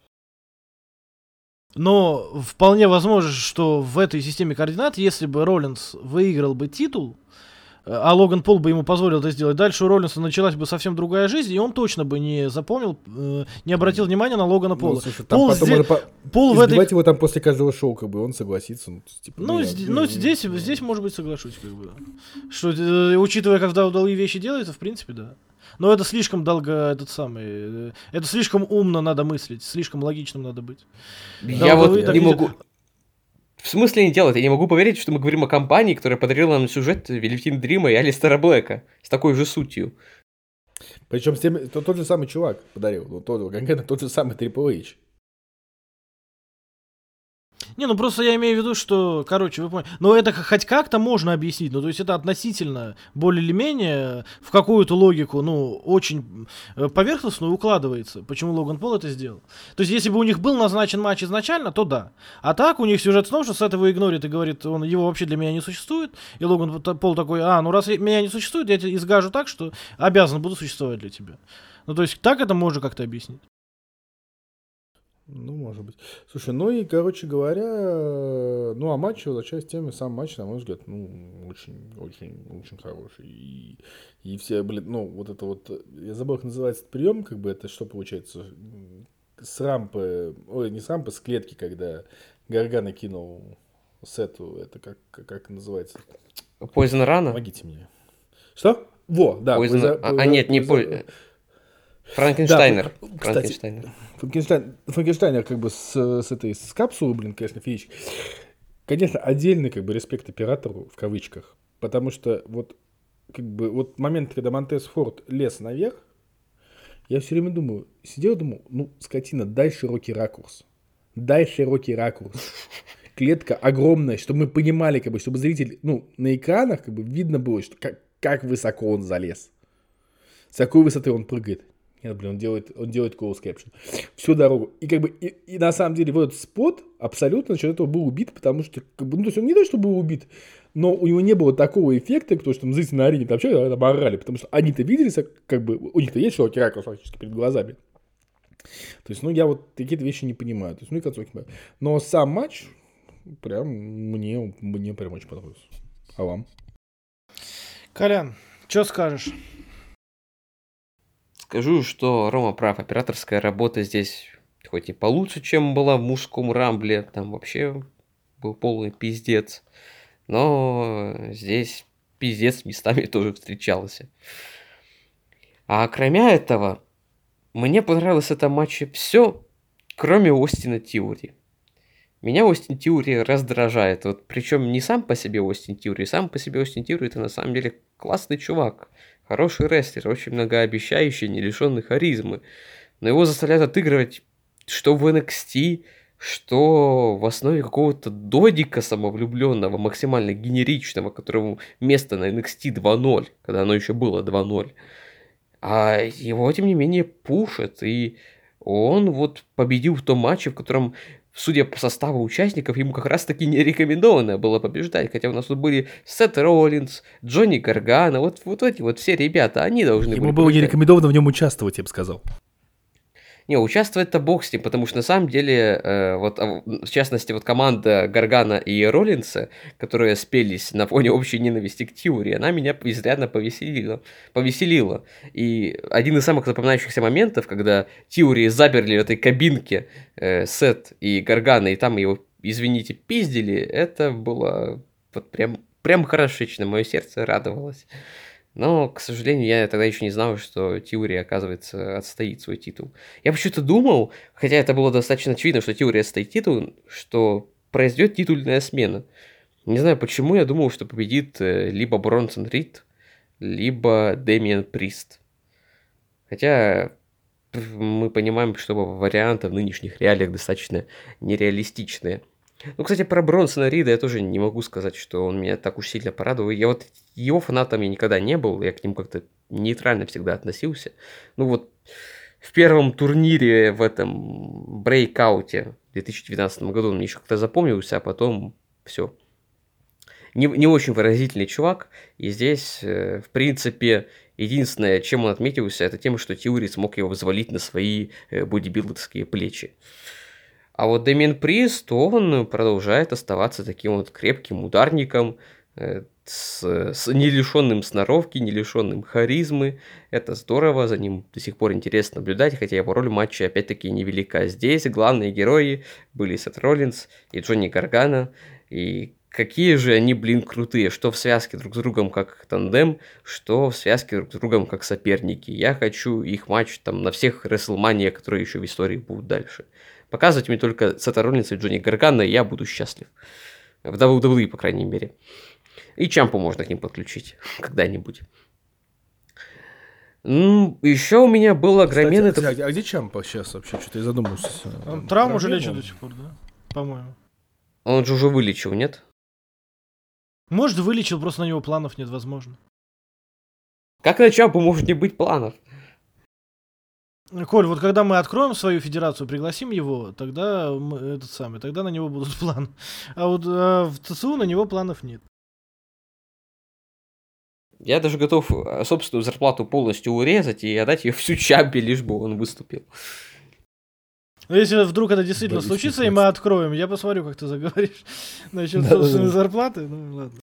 Но вполне возможно, что в этой системе координат, если бы Роллинс выиграл бы титул, э, а Логан Пол бы ему позволил это сделать, дальше у Роллинса началась бы совсем другая жизнь, и он точно бы не запомнил, э, не обратил внимания на Логана Ну, Пола. слушай, там Пол, потом сде- уже по- Пол в этой... избивать его там после каждого шоу, как бы, он согласится. Ну, типа, Ну, я- сд- ну, здесь, здесь, может быть, соглашусь, как бы. Что, э, учитывая, когда удалые вещи делаются, в принципе, да. Но это слишком долго, этот самый, э, это слишком умно надо мыслить, слишком логичным надо быть. Я вот удалые так не не могу... В смысле не делать? Я не могу поверить, что мы говорим о компании, которая подарила нам сюжет Великин Дрима и Алистера Блэка с такой же сутью. Причем с теми, то- тот же самый чувак подарил, ну, тот, конкретно тот же самый Triple H. Не, ну просто я имею в виду, что, короче, вы поняли. Но это х- хоть как-то можно объяснить. Ну, то есть это относительно, более или менее, в какую-то логику, ну, очень э, поверхностную укладывается, почему Логан Пол это сделал. То есть если бы у них был назначен матч изначально, то да. А так у них сюжет в том, что Сет его игнорит и говорит, он, его вообще для меня не существует. И Логан Пол такой, а, ну раз я- меня не существует, я тебя изгажу так, что обязан буду существовать для тебя. Ну, то есть так это можно как-то объяснить. Ну, может быть. Слушай, ну и, короче говоря, ну, а матч, возвращаясь к теме, сам матч, на мой взгляд, ну, очень, очень, очень хороший. И, и все, блин, ну, вот это вот, я забыл, как называется этот прием, как бы, это что получается, с рампы, ой, не с рампы, с клетки, когда Гаргана кинул Сету, это как, как, как называется? Poison Rana? Помогите мне. Что? Во, да. Poison- Poison- а, а, нет, не Poison- По- Франкенштайнер. Да, кстати, Франкенштайнер. Франкенштайн, Франкенштайнер как бы с, с этой с капсулой, блин, конечно, феечки. Конечно, отдельный как бы респект оператору в кавычках, потому что вот как бы вот момент, когда Монтез Форд лез наверх, я все время думаю, сидел, думаю, ну, скотина, дай широкий ракурс, дай широкий ракурс. Клетка огромная, чтобы мы понимали, как бы, чтобы зритель, ну, на экранах как бы видно было, что как, как высоко он залез, с какой высоты он прыгает. Нет, блин, он делает, он делает closed caption всю дорогу. И как бы, и, и на самом деле вот этот спот абсолютно насчет этого был убит, потому что, как бы, ну, то есть он не то, что был убит, но у него не было такого эффекта, потому что там зрители на арене там вообще там орали, потому что они-то виделись, как бы, у них-то есть широкий ракурс фактически перед глазами. То есть, ну, я вот какие-то вещи не понимаю. То есть, ну, и концовки понимаю. Но сам матч прям мне, мне прям очень понравился. А вам? Колян, что скажешь? Скажу, что Рома прав. Операторская работа здесь хоть и получше, чем была в мужском рамбле. Там вообще был полный пиздец. Но здесь пиздец местами тоже встречался. А кроме этого, мне понравилось в этом матче все, кроме Остина Тиури. Меня Остин Тиури раздражает. Вот, причем не сам по себе Остин Тиури. Сам по себе Остин Тиури это на самом деле классный чувак. Хороший рестлер, очень многообещающий, не лишенный харизмы. Но его заставляют отыгрывать что в эн экс ти, что в основе какого-то додика самовлюбленного, максимально генеричного, которому место на эн экс ти два ноль, когда оно еще было два ноль. А его, тем не менее, пушат. И он вот победил в том матче, в котором, судя по составу участников, ему как раз-таки не рекомендовано было побеждать. Хотя у нас тут были Сет Роллинс, Джонни Гаргано, вот, вот эти вот все ребята, они должны Ему были было не побеждать. рекомендовано в нем участвовать, я бы сказал. Не, участвовать-то бог с ним, потому что на самом деле, э, вот, а, в частности, вот команда Гаргана и Роллинса, которые спелись на фоне общей ненависти к Тиури, она меня изрядно повеселила, повеселила. И один из самых запоминающихся моментов, когда Тиури заперли в этой кабинке э, Сет и Гаргана, и там его, извините, пиздили, это было вот прям, прям хорошечно, мое сердце радовалось. Но, к сожалению, я тогда еще не знал, что Тиури, оказывается, отстоит свой титул. Я почему-то думал, хотя это было достаточно очевидно, что Тиури отстоит титул, что произойдет титульная смена. Не знаю, почему я думал, что победит либо Бронсон Рид, либо Дэмиан Прист. Хотя мы понимаем, что варианты в нынешних реалиях достаточно нереалистичные. Ну, кстати, про Бронсона Рида я тоже не могу сказать, что он меня так уж сильно порадовал. Я вот его фанатом я никогда не был, я к ним как-то нейтрально всегда относился. Ну вот в первом турнире в этом брейкауте в две тысячи двенадцатом году он мне еще как-то запомнился, а потом все. Не, не очень выразительный чувак, и здесь, в принципе, единственное, чем он отметился, это тем, что Тиури смог его взвалить на свои бодибилдерские плечи. А вот Дэмиан Прист, он продолжает оставаться таким вот крепким ударником, э, с, с не лишенным сноровки, не лишенным харизмы. Это здорово, за ним до сих пор интересно наблюдать, хотя его роль в матче опять-таки невелика. Здесь главные герои были Сет Роллинс и Джонни Гаргано, и какие же они, блин, крутые, что в связке друг с другом как тандем, что в связке друг с другом как соперники. Я хочу их матч там на всех WrestleMania, которые еще в истории будут дальше. Показывать мне только Сета Роллинса и Джонни Гаргано, и я буду счастлив. В дабл ю дабл ю и, по крайней мере. И Чампу можно к ним подключить когда-нибудь. Ну, еще у меня был огроменный... Кстати, а где Чампа сейчас вообще? Что-то я задумался. Он травму уже лечит до сих пор, да? По-моему. Он же уже вылечил, нет? Может, вылечил, просто на него планов нет, возможно. Как на Чампу может не быть планов? Коль, вот когда мы откроем свою федерацию, пригласим его, тогда мы, этот самый, тогда на него будут планы. А вот а в ЦСУ на него планов нет. Я даже готов собственную зарплату полностью урезать и отдать ее всю Чампе, лишь бы он выступил. Но если вдруг это действительно Да, случится, и мы откроем, я посмотрю, как ты заговоришь насчет Да, собственной да, да. зарплаты. Ну ладно.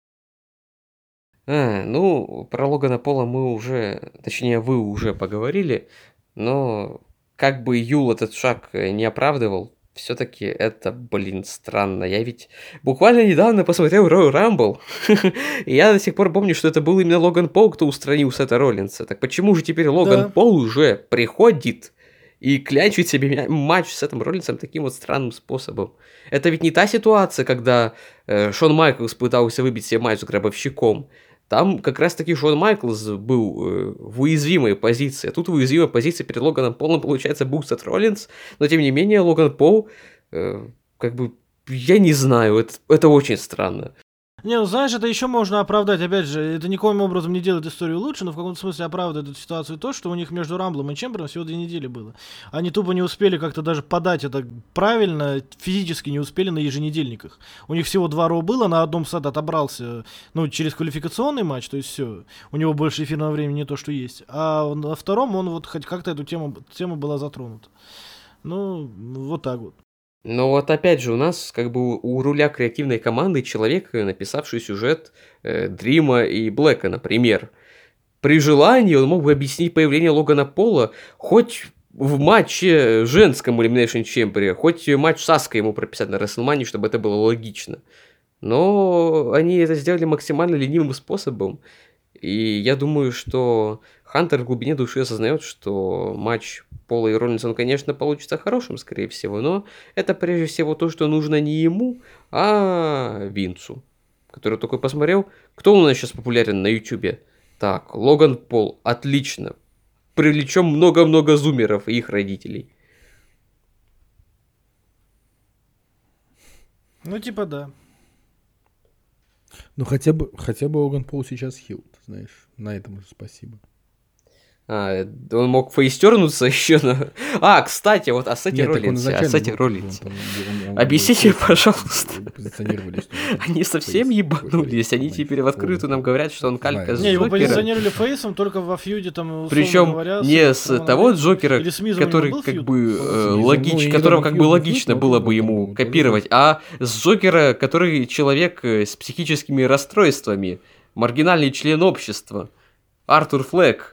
А, ну, про Логана Пола мы уже, точнее, вы уже поговорили, но как бы Юл этот шаг не оправдывал, все-таки это, блин, странно. Я ведь буквально недавно посмотрел Royal Rumble, и я до сих пор помню, что это был именно Логан Пол, кто устранил Сета Роллинса. Так почему же теперь Логан Да. Пол уже приходит и клянчит себе мя- матч с Сетом Роллинсом таким вот странным способом? Это ведь не та ситуация, когда э, Шон Майклс пытался выбить себе матч с гробовщиком. Там как раз-таки Шон Майклс был э, в уязвимой позиции. А тут в уязвимой позиции перед Логаном Полом, получается, был Сет Роллинс. Но, тем не менее, Логан Пол, э, как бы, я не знаю, это, это очень странно. Не, ну знаешь, это еще можно оправдать, опять же, это никоим образом не делает историю лучше, но в каком-то смысле оправдывает эту ситуацию то, что у них между Рамблом и Чембером всего две недели было. Они тупо не успели как-то даже подать это правильно, физически не успели на еженедельниках. У них всего два Ро было, на одном Сет отобрался, ну, через квалификационный матч, то есть все, у него больше эфирного времени не то, что есть. А на втором он вот хоть как-то эту тему, тема была затронута. Ну, вот так вот. Но вот опять же, у нас как бы у руля креативной команды человек, написавший сюжет э, Дрима и Блэка, например. При желании он мог бы объяснить появление Логана Пола хоть в матче женском Elimination Chamber, хоть матч с Аской ему прописать на WrestleMania, чтобы это было логично. Но они это сделали максимально ленивым способом. И я думаю, что Хантер в глубине души осознает, что матч Пола и Роллинса, он, конечно, получится хорошим, скорее всего, но это прежде всего то, что нужно не ему, а Винсу, который такой посмотрел, кто у нас сейчас популярен на Ютубе. Так, Логан Пол, отлично. Привлечем много-много зумеров и их родителей. Ну, типа да. Ну, хотя бы, хотя бы Логан Пол сейчас хил, знаешь, на этом уже спасибо. А, он мог фейстернуться еще на... А, кстати, вот о Сете Нет, так он Роллинсе, о изначально Сете был- Роллинсе. он там- он- он был Объясните, фейсом, пожалуйста. его позиционировали, что он Они совсем фейс, ебанулись, такой они фейс, теперь в открытую нам говорят, что он Знаю. калька с Не, его Джокера. позиционировали фейсом только во фьюде, там, условно Причем говоря, не с Романом того Рейнсом. Джокера, Или с Мизом у него который был как фьюд? бы С э, Мизом, логич, ну, и которого недавно как бы фьюд был, логично но было это бы был, ему по-моему, копировать, а с Джокера, который человек э, с психическими расстройствами, маргинальный член общества, Артур Флэк.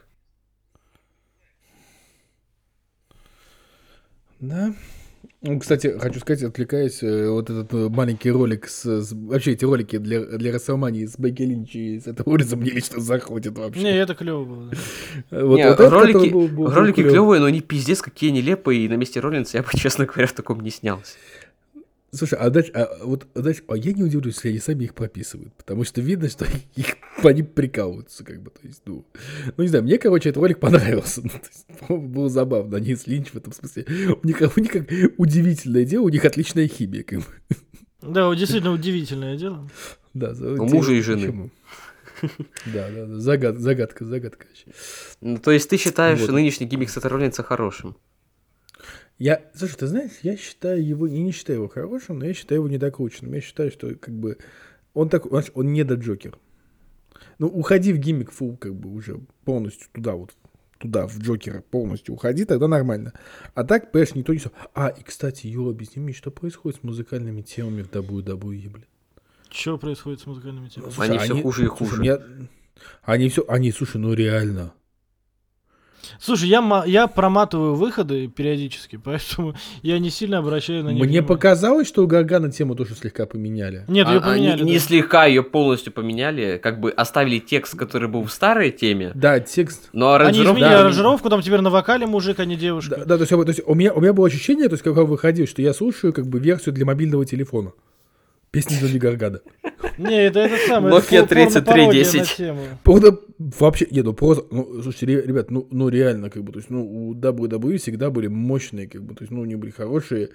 Да. Ну, кстати, хочу сказать, отвлекаясь, э, вот этот э, маленький ролик с, с- вообще эти ролики для, для Расселмании с Бекки Линч и с этого улица мне лично заходит вообще. Не, это клево было. да. Э, вот- Не, вот этот, ролики, который был- был- был ролики клёвый. клевые, но они пиздец какие нелепые, и на месте Роллинса я бы, честно говоря, в таком не снялся. Слушай, а дальше, а вот дальше, а я не удивлюсь, если они сами их прописывают, потому что видно, что их, они прикалываются, как бы, то есть, ну, ну не знаю, мне, короче, этот ролик понравился, ну, то есть, было забавно, они с Линч в этом смысле, у них, у них как удивительное дело, у них отличная химия, как бы, Да, вот действительно удивительное дело. да, за- У мужа и жены. почему? Да, да, да, загад- загадка, загадка вообще. Ну, то есть ты считаешь Вот. нынешний гиммик Сета Роллинса хорошим? Я, слушай, ты знаешь, я считаю его, я не считаю его хорошим, но я считаю его недокрученным. Я считаю, что как бы он так, знаешь, он не до Джокер. Ну, уходи в гиммик фул, как бы уже полностью туда вот, туда, в Джокера полностью уходи, тогда нормально. А так, понимаешь, никто не... со- А, и, кстати, Юра, объясни мне, что происходит с музыкальными темами в дабл ю дабл ю и, блин. Что происходит с музыкальными темами? Они всё хуже и слушай, хуже. мне- Они все, они, слушай, ну реально. Слушай, я, ма- я проматываю выходы периодически, поэтому я не сильно обращаю на них Мне внимание. показалось, что у Гаргана тему тоже слегка поменяли. Нет, ее А- поменяли. они не да. слегка ее полностью поменяли, как бы оставили текст, который был в старой теме, Да, текст. но Они аранжировку... изменили да. аранжировку, там теперь на вокале мужик, а не девушка. Да, да, то есть, то есть у, меня, у меня было ощущение, то есть, когда выходил, что я слушаю как бы версию для мобильного телефона. Песни Джонни Гаргана. Не, это этот самый. Nokia это пор- тридцать три порнопародия десять. на тему. Просто вообще, не, ну просто, ну, слушайте, ре- ребят, ну, ну реально, как бы, то есть, ну, у дабл ю дабл ю и всегда были мощные, как бы, то есть, ну, у них были хорошие,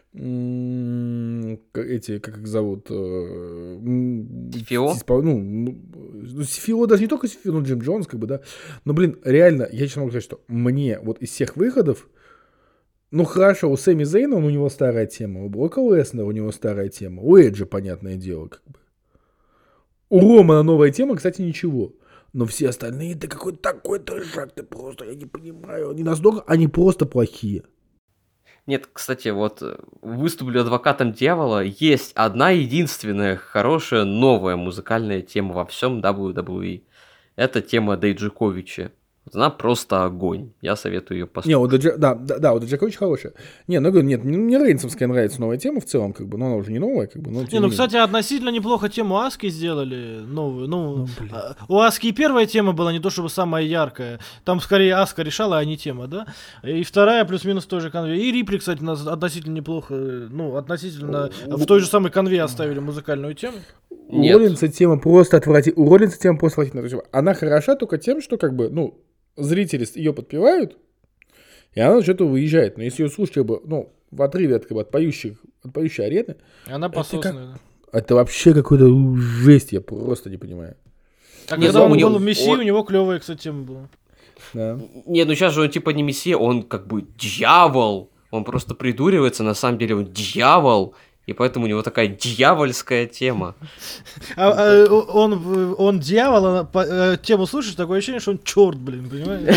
м, как эти, как их зовут? э, м, Сифио? испол- Ну, ну, ну, Сифио, даже не только Сифио, ну, Джим Джонс, как бы, да, но, блин, реально, я честно могу сказать, что мне вот из всех выходов, ну, хорошо, у Сэмми Зейна у него старая тема, у Брока Леснера у него старая тема, у Эджа, понятное дело, как бы. У Романа новая тема, кстати, ничего. Но все остальные, да какой такой трешак, ты просто, я не понимаю, они настолько, они просто плохие. Нет, кстати, вот э, выступлю адвокатом дьявола. Есть одна единственная хорошая новая музыкальная тема во всем дабл ю дабл ю и. Это тема Дейджиковича. Вот она просто огонь. Я советую ее Не, послушать. у Джа... да, да, да, у Джакович хорошая. Не, ну, говорю, нет, мне- мне Рейнсовская нравится новая тема в целом, как бы, но она уже не новая, как бы, но... тем Не, ну, менее. кстати, относительно неплохо тему Аски сделали новую. Ну, Ну, блин. а, у Аски и первая тема была не то чтобы самая яркая. Там скорее Аска решала, а не тема, да? И вторая плюс-минус в той же конве. И Рипли, кстати, нас относительно неплохо, э, ну, относительно в той же самой конве оставили музыкальную тему. У Нет. Роллинса тема просто отвратительная. У Роллинса тема просто отвратительная. То есть она хороша только тем, что, как бы, ну, зрители ее подпевают, и она что-то выезжает. Но если ее слушать, как бы, ну, в отрыве от, как бы, от поющих, от поющей арены, Она Это пососная, да. Это вообще какой-то жесть, я просто не понимаю. А Не, когда ну, он у него- был в Мессии, он- у него клевая, кстати, тема была. Да. Не, ну сейчас же он типа не мессия, он как бы дьявол. Он просто придуривается, на самом деле он дьявол. И поэтому у него такая дьявольская тема. А, а, он, в- он дьявол, а по- э, тему слушаешь, такое ощущение, что он черт, блин, понимаешь?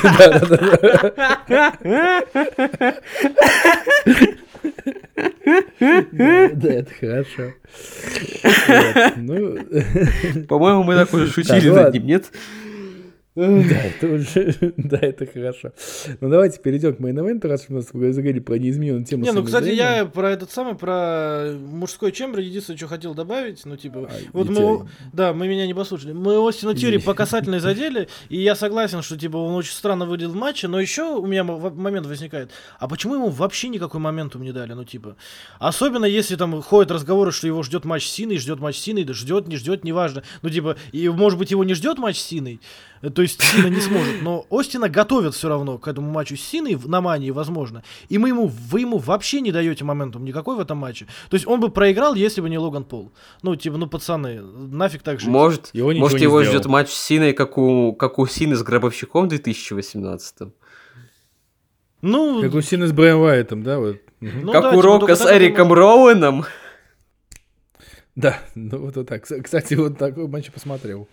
Да, это хорошо. Вот, ну, По-моему, мы так уже шутили Да, ну над ладно. ним, нет? да, это уже, да, это хорошо. Ну, давайте перейдем к мейн-эвенту, раз у нас заговорили про неизмененную тему. Не, ну, Сами кстати, Зейна. я про этот самый, про мужской чембер, единственное, что хотел добавить, ну, типа, А, вот и мы, тебя- о- да, мы меня не послушали, мы Остина Тьюри по касательной задели, и я согласен, что, типа, он очень странно выглядел в матче, но еще у меня м- в- момент возникает, а почему ему вообще никакой моментум не дали, ну, типа, особенно если там ходят разговоры, что его ждет матч с Синой, ждет матч с Синой, да ждет, не ждет, неважно, ну, типа, и, может быть, его не ждет матч с Синой, э, то есть Сина не сможет, но Остина готовят все равно к этому матчу с Синой в- на Мании, возможно, и мы ему, вы ему вообще не даете моментум никакой в этом матче. То есть он бы проиграл, если бы не Логан Пол. Ну, типа, ну, пацаны, нафиг так жить. Может, Его ничего может не его сделал. ждет матч с Синой, как у, как у Сины с Гробовщиком в две тысячи восемнадцатом. Ну, Как у Сины с Брэем Уайтом, да, вот. Мгм. ну как да, у типа, Рока только с так это Эриком может- Роуэном. Да, ну вот, вот так. Кс- Кстати, вот такой матч я посмотрел.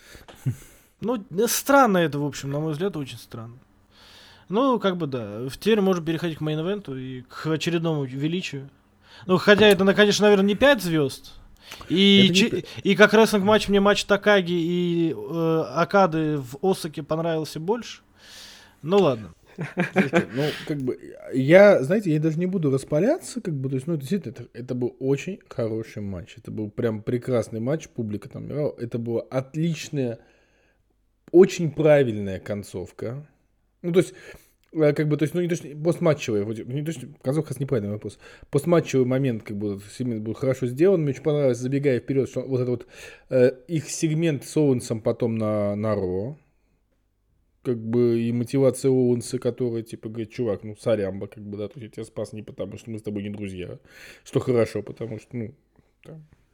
Ну, э, странно это, в общем, на мой взгляд, очень странно. Ну, как бы да. Теперь можем переходить к мейн-эвенту и к очередному величию. Ну, хотя это, ну, конечно, наверное, не пять звезд. И, Это не чи- пя- и как рестлинг-матч мне матч Такаги и э, Акады в Осаке понравился больше. Ну ладно. Слушайте, ну, как бы, я, знаете, я даже не буду распаляться, как бы, то есть, ну, действительно, это, это был очень хороший матч. Это был прям прекрасный матч, публика там играла. Это была отличная, очень правильная концовка. Ну, то есть, э, как бы, то есть, ну, не то, что постматчевый, вроде- не то, что концовка это неправильный вопрос. Постматчевый момент, как бы, сегмент был хорошо сделан. Мне очень понравилось, забегая вперед, что вот этот вот э, их сегмент с Оуэнсом потом на, на Ро. Как бы и мотивация Оуэнса, которая, типа, говорит, чувак, ну, сорямба, как бы, да, то есть я тебя спас не потому, что мы с тобой не друзья, что хорошо, потому что, ну, да.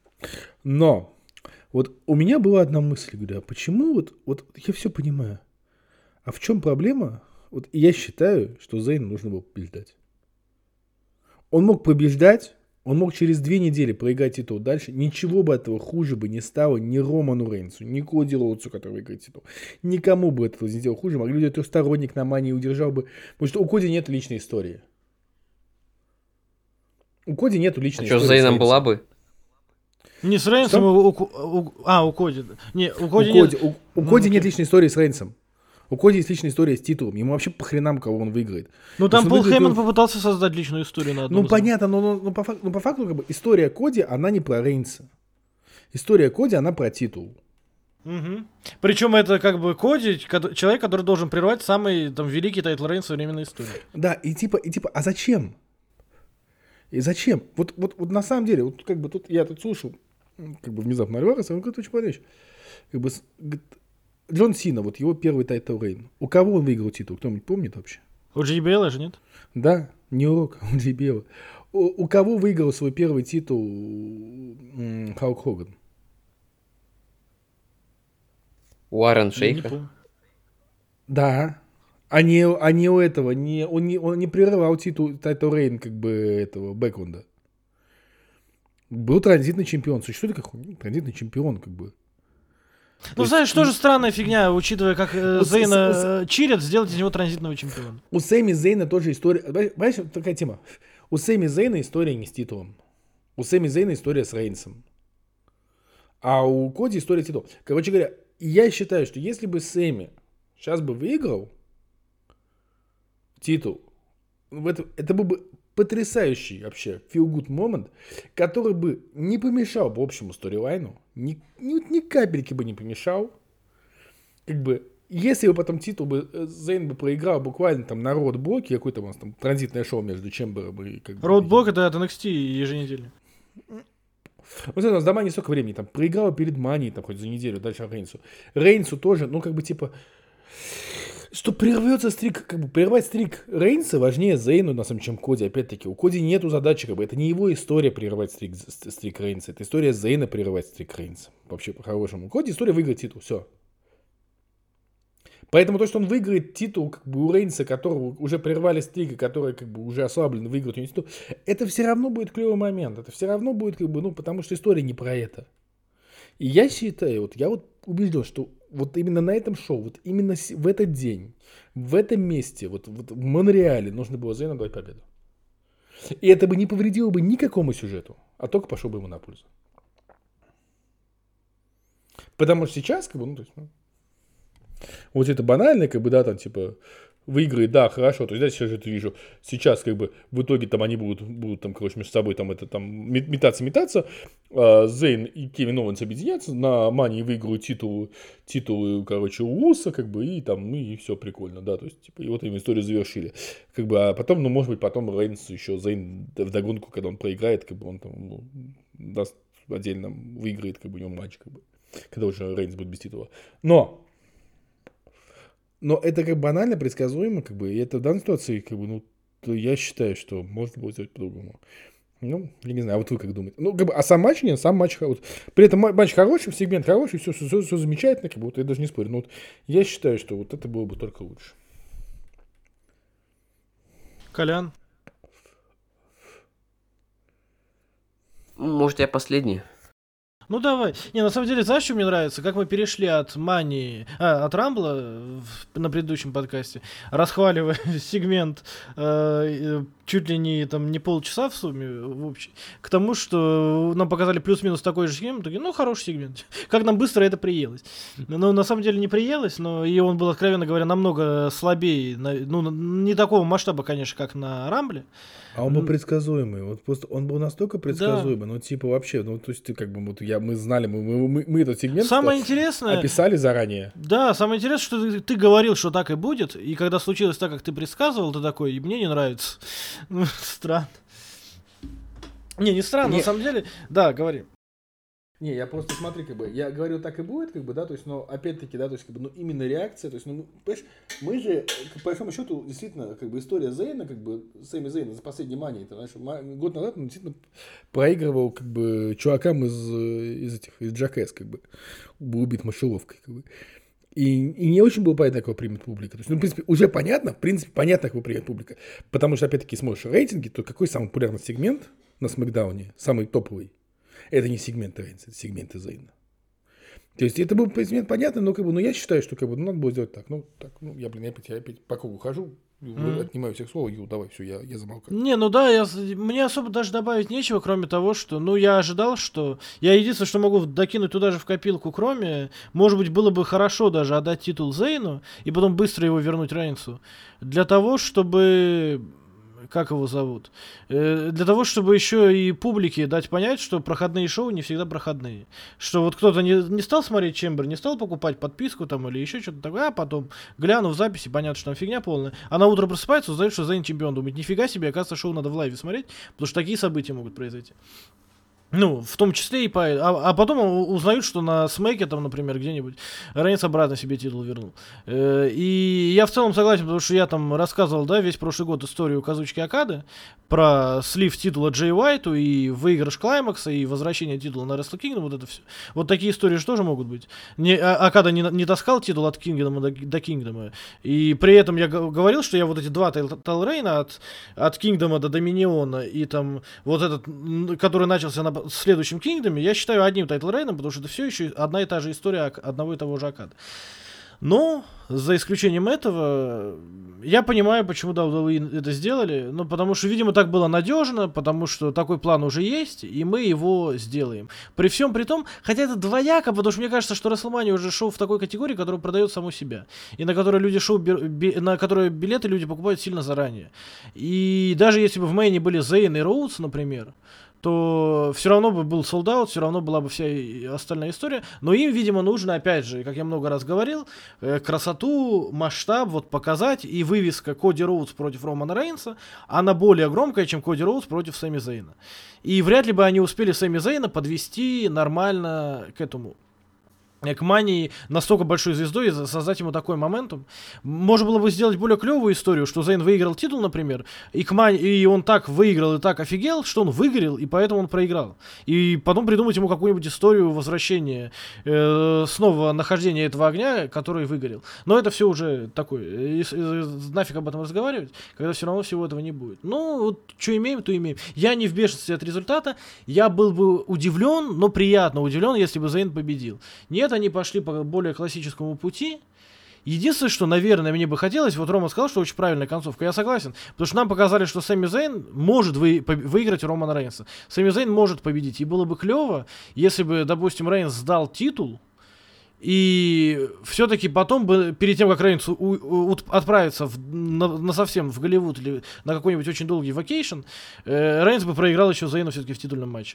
Но, вот у меня была одна мысль, говорю, а почему вот, вот я все понимаю, а в чем проблема? Вот я считаю, что Зейну нужно было побеждать. Он мог побеждать, он мог через две недели проиграть титул дальше. Ничего бы этого хуже бы не стало ни Роману Рейнсу, ни Коди Роудсу, который выиграет титул. Никому бы этого не сделал хуже. Могли бы трехсторонник на Мании удержал бы. Потому что у Коди нет личной истории. У Коди нет А личной что, с истории. Зейном Рейнсом. была бы? Не с Рейнсом, Что? у, у- у- а, у Коди. Не, у У Коди, Коди, нет. у- у Ну, Коди окей. нет личной истории с Рейнсом. У Коди есть личная история с титулом. Ему вообще по хренам, кого он выиграет. Ну, То там есть Пол он выиграет Хейман его- попытался создать личную историю на одном Ну, из- понятно, но, но- но по, фак- но по факту как бы, история Коди, она не про Рейнса. История Коди, она про титул. Мгм. Причем это как бы Коди, кото- человек, который должен прервать самый там великий тайтл Рейн современной истории. Да, и типа, и типа, а зачем? И зачем? Вот, вот, вот на самом деле, вот как бы тут я тут слушал, м, как бы внезапно Альварес, он говорит очень понятная вещь. Как бы, с- говорит, Джон Сина, вот его первый тайтл Рейн. У кого он выиграл титул? Кто-нибудь помнит вообще? У Джей Би Эл же нет? Да, не урок, у Джей Би Эл. У, у кого выиграл свой первый титул м, Халк Хоган? Уоррен Я не Шейка. помню. Да. А не, а не у этого, не, он, не, он не прерывал титул тайтл Рейн как бы этого Бэквунда. Был транзитный чемпион. Существует как он? Транзитный чемпион, как бы. Ну, знаешь, тоже странная фигня, учитывая, как э, Вот с- Зейна с- э, чирят, сделать из него транзитного чемпиона. У Сэмми Зейна тоже история. Понимаешь, вот такая тема. У Сэмми Зейна история не с титулом. У Сэмми Зейна история с Рейнсом. А у Коди история титул. Короче говоря, я считаю, что если бы Сэмми сейчас бы выиграл титул, в это, это был бы потрясающий вообще feel-good момент, который бы не помешал бы общему сторилайну, ни, ни, ни капельки бы не помешал. Как бы, если бы потом титул бы э, Зейн бы проиграл буквально там на роудблоке, какое-то у нас там транзитное шоу между Чембером и как бы... Роудблок это от эн экс ти еженедельно. Вот у нас до Мани столько времени, там, проиграл перед Мани, там, хоть за неделю, дальше Рейнсу. Рейнсу тоже, ну, как бы, типа, Что прервется стрик, как бы прервать стрик Рейнса важнее Зейну, на самом деле, чем Коди. Опять-таки, у Коди нету задачи, как бы, это не его история прервать стрик, стрик Рейнса, это история Зейна прервать стрик Рейнса. Вообще, по-хорошему. У Коди история выиграть титул, все. Поэтому то, что он выиграет титул, как бы, у Рейнса, которого уже прервали стрик, и который, как бы, уже ослаблен, выиграет у него титул, это все равно будет клевый момент. Это все равно будет, как бы, ну, потому что история не про это. И я считаю, вот я вот убежден, что вот именно на этом шоу, вот именно в этот день, в этом месте, вот, вот в Монреале нужно было Зейну дать победу. И это бы не повредило бы никакому сюжету, а только пошло бы ему на пользу. Потому что сейчас, как бы, ну, то есть, ну, вот это банально, как бы, да, там, типа, выиграет, да, хорошо, то есть, да, сейчас это вижу, сейчас, как бы, в итоге, там, они будут, будут там, короче, между собой, там, это, там, метаться, метаться, а Зейн и Кевин Оуэнс объединятся, на Мани выиграют титул, титулы, короче, у Уса, как бы, и там, и все прикольно, да, то есть, типа, и вот им историю завершили, как бы, а потом, ну, может быть, потом Рейнс еще, Зейн вдогонку, когда он проиграет, как бы, он там, ну, даст отдельно, выиграет, как бы, у него матч, как бы, когда уже Рейнс будет без титула, но... Но это как банально, предсказуемо, как бы, и это в данной ситуации, как бы, ну, то я считаю, что можно было сделать по-другому. Ну, я не знаю, а вот вы как думаете? Ну, как бы, а сам матч, нет, сам матч, вот, при этом матч хороший, сегмент хороший, все, все, все, все замечательно, как бы, вот, я даже не спорю, но вот я считаю, что вот это было бы только лучше. Колян? Может, я последний? Ну давай. Не, на самом деле, знаешь, что мне нравится? Как мы перешли от Мани, а, от Рамбла в, на предыдущем подкасте, расхваливая сегмент э, чуть ли не, там, не полчаса в сумме, в общем, к тому, что нам показали плюс-минус такой же сегмент, такие, ну, хороший сегмент. Как нам быстро это приелось. Ну, на самом деле не приелось, но и он был, откровенно говоря, намного слабее, ну, не такого масштаба, конечно, как на Рамбле. А он был предсказуемый, вот просто он был настолько предсказуемый, Да. ну типа вообще, ну то есть ты как бы вот я мы знали, мы мы, мы, мы этот сегмент Самое интересное, описали заранее. Да, самое интересное, что ты, ты говорил, что так и будет, и когда случилось так, как ты предсказывал, ты такой, и мне не нравится. Ну, странно. Не, не странно, Не. на самом деле, да, говори. Не, я просто смотри, как бы, я говорю, так и будет, как бы, да, то есть, но опять-таки, да, то есть, как бы, ну, именно реакция, то есть, ну, мы, понимаешь, мы же, по большому счету, действительно, как бы, история Зейна, как бы, Сэмми Зейна за последний Мани, это, знаешь, год назад он действительно проигрывал, как бы, чувакам из, из этих, из Джакэс, как бы, был убит мышеловкой, как бы. И, и не очень было понятно, как его примет публика. То есть, ну, в принципе, уже понятно, в принципе, понятно, как его примет публика. Потому что, опять-таки, смотришь рейтинги, то какой самый популярный сегмент на Смэкдауне, самый топовый? Это не сегмент Рейнса, это сегменты Зейна. То есть это был сегмент понятно, но как бы, ну я считаю, что как бы ну, надо было сделать так. Ну, так, ну я, блин, я опять, я опять по кругу хожу, mm. отнимаю всех слов, Ю, давай, все, я, я замолкаю. Не, ну да, я, мне особо даже добавить нечего, кроме того, что, ну, я ожидал, что... Я единственное, что могу докинуть туда же в копилку, кроме... Может быть, было бы хорошо даже отдать титул Зейну, и потом быстро его вернуть Рейнсу, для того, чтобы... Как его зовут? Э, для того, чтобы еще и публике дать понять, что проходные шоу не всегда проходные. Что вот кто-то не, не стал смотреть Чембер, не стал покупать подписку там или еще что-то такое, а потом глянув в записи, понятно, что там фигня полная. А на утро просыпается, узнает, что Зейн чемпион. Думает, нифига себе, оказывается, шоу надо в лайве смотреть, потому что такие события могут произойти. Ну, в том числе и по... А, а потом узнают, что на Смэке, там, например, где-нибудь Рейнс обратно себе титул вернул. Э, и я в целом согласен, потому что я там рассказывал, да, весь прошлый год историю Казучики Окады про слив титула Джей Уайту и выигрыш Клаймакса и возвращение титула на Wrestle Kingdom, вот это все. Вот такие истории же тоже могут быть. Не, а, Окада не, не таскал титул от Кингдома до, до Кингдома, и при этом я г- говорил, что я вот эти два Тайлрейна от, от Кингдома до Доминиона и там вот этот, который начался на в следующем Кингдоме, я считаю одним тайтлрейном, потому что это все еще одна и та же история одного и того же Окады. Но, за исключением этого, я понимаю, почему дабл ю дабл ю и это сделали. Ну, потому что, видимо, так было надежно, потому что такой план уже есть, и мы его сделаем. При всем при том, хотя это двояко, потому что мне кажется, что WrestleMania уже шоу в такой категории, которая продает саму себя. И на которое люди шоу, на которое билеты люди покупают сильно заранее. И даже если бы в мейне были Зейн и Роудс, например, то все равно бы был солдат, все равно была бы вся остальная история. Но им, видимо, нужно, опять же, как я много раз говорил, э, красоту, масштаб вот показать. И вывеска Коди Роудс против Романа Рейнса, она более громкая, чем Коди Роудс против Сэмми Зейна. И вряд ли бы они успели Сэмми Зейна подвести нормально к этому. к Мании настолько большой звездой и создать ему такой моментум. Можно было бы сделать более клевую историю, что Зейн выиграл титул, например, и, к Мани... и он так выиграл и так офигел, что он выиграл, и поэтому он проиграл. И потом придумать ему какую-нибудь историю возвращения, э, снова нахождения этого огня, который выгорел. Но это все уже такое. И, и, нафиг об этом разговаривать, когда все равно всего этого не будет. Ну, вот что имеем, то имеем. Я не в бешенстве от результата. Я был бы удивлен, но приятно удивлен, если бы Зейн победил. Нет, они пошли по более классическому пути. Единственное, что, наверное, мне бы хотелось, вот Рома сказал, что очень правильная концовка, я согласен, потому что нам показали, что Сами Зейн может вы, по, выиграть у Романа Рейнса. Сами Зейн может победить, и было бы клево, если бы, допустим, Рейнс сдал титул, и все-таки потом, бы, перед тем, как Рейнс у, у, отправится в, на, на совсем в Голливуд или на какой-нибудь очень долгий вакейшн, э, Рейнс бы проиграл еще Зейну все-таки в титульном матче.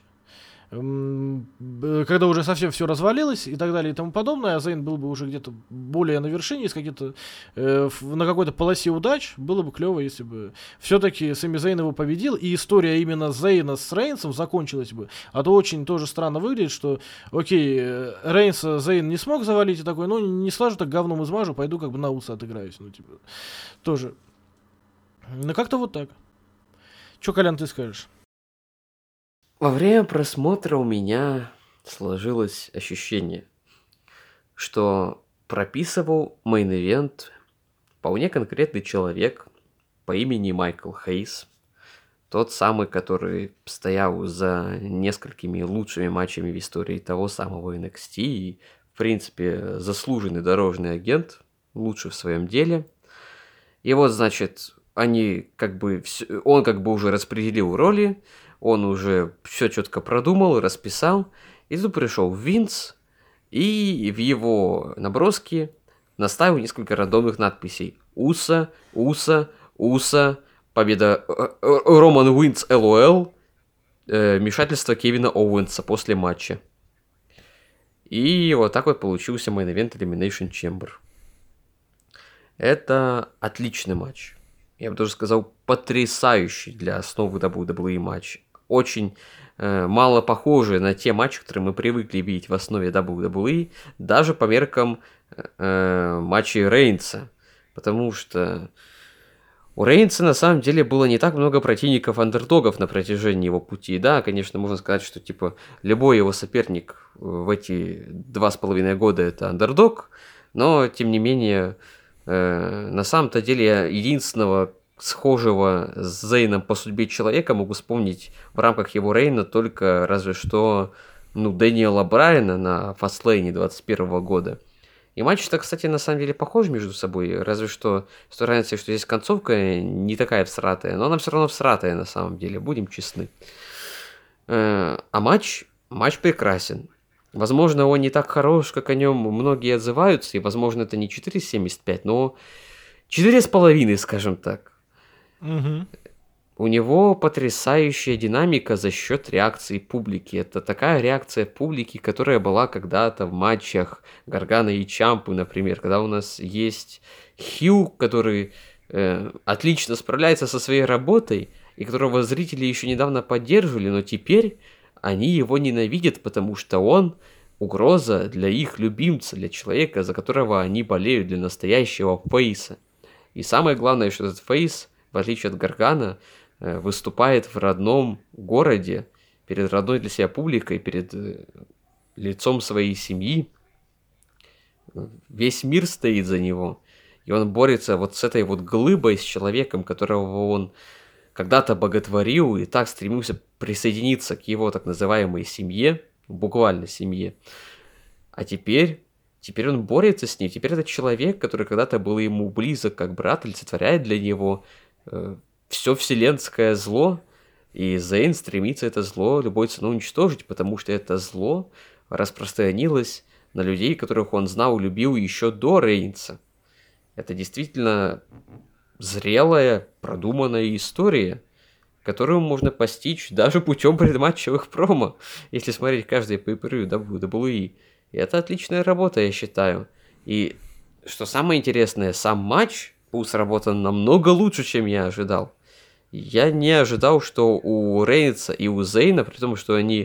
Когда уже совсем все развалилось и так далее и тому подобное, а Зейн был бы уже где-то более на вершине, с какие-то, э, на какой-то полосе удач, было бы клево, если бы все-таки Сами Зейн его победил, и история именно Зейна с Рейнсом закончилась бы. А то очень тоже странно выглядит, что, окей, Рейнса Зейн не смог завалить, и такой, ну, не слажу, так говном измажу, пойду как бы на усы отыграюсь. Ну, типа, тоже. Ну, как-то вот так. Че, Колян, ты скажешь? Во время просмотра у меня сложилось ощущение, что прописывал мейн-ивент вполне конкретный человек по имени Майкл Хейс, тот самый, который стоял за несколькими лучшими матчами в истории того самого эн экс ти и, в принципе, заслуженный дорожный агент, лучший в своем деле. И вот, значит, они как бы, он как бы уже распределил роли, он уже все четко продумал, расписал, и тут пришел Винс, и в его наброске наставил несколько рандомных надписей. Уса, Уса, Уса, победа Роман Уинс, ЛОЛ, э, вмешательство Кевина Оуэнса после матча. И вот так вот получился Main Event Elimination Chamber. Это отличный матч. Я бы даже сказал, потрясающий для основы дабл ю дабл ю и матч. Очень э, мало похожий на те матчи, которые мы привыкли видеть в основе дабл ю дабл ю и, даже по меркам э, матчей Рейнса. Потому что у Рейнса на самом деле было не так много противников-андердогов на протяжении его пути. Да, конечно, можно сказать, что типа любой его соперник в эти два с половиной года это андердог, но тем не менее, э, на самом-то деле единственного схожего с Зейном по судьбе человека могу вспомнить в рамках его рейна только разве что ну, Дэниела Брайана на Фастлейне двадцать первого года. И матчи-то, кстати, на самом деле похожи между собой, разве что с той разницей, что здесь концовка не такая всратая, но она все равно всратая на самом деле, будем честны. А матч, матч прекрасен. Возможно, он не так хорош, как о нем многие отзываются, и, возможно, это не четыре семьдесят пять, но четыре с половиной, скажем так. Угу. У него потрясающая динамика за счет реакции публики. Это такая реакция публики, которая была когда-то в матчах Гаргана и Чампы, например, когда у нас есть Хью, который э, отлично справляется со своей работой, и которого зрители еще недавно поддерживали, но теперь они его ненавидят, потому что он угроза для их любимца, для человека, за которого они болеют, для настоящего фейса. И самое главное, что этот фейс, в отличие от Гаргана, выступает в родном городе, перед родной для себя публикой, перед лицом своей семьи. Весь мир стоит за него. И он борется вот с этой вот глыбой, с человеком, которого он когда-то боготворил и так стремился присоединиться к его так называемой семье, буквально семье. А теперь, теперь он борется с ним. Теперь этот человек, который когда-то был ему близок как брат, олицетворяет для него э, все вселенское зло, и Зейн стремится это зло любой ценой уничтожить, потому что это зло распространилось на людей, которых он знал и любил еще до Рейнса. Это действительно зрелая, продуманная история, которую можно постичь даже путем предматчевых промо, если смотреть каждый pay-per-view дабл ю дабл ю и. И это отличная работа, я считаю. И что самое интересное, сам матч был сработан намного лучше, чем я ожидал. Я не ожидал, что у Рейнса и у Зейна, при том, что они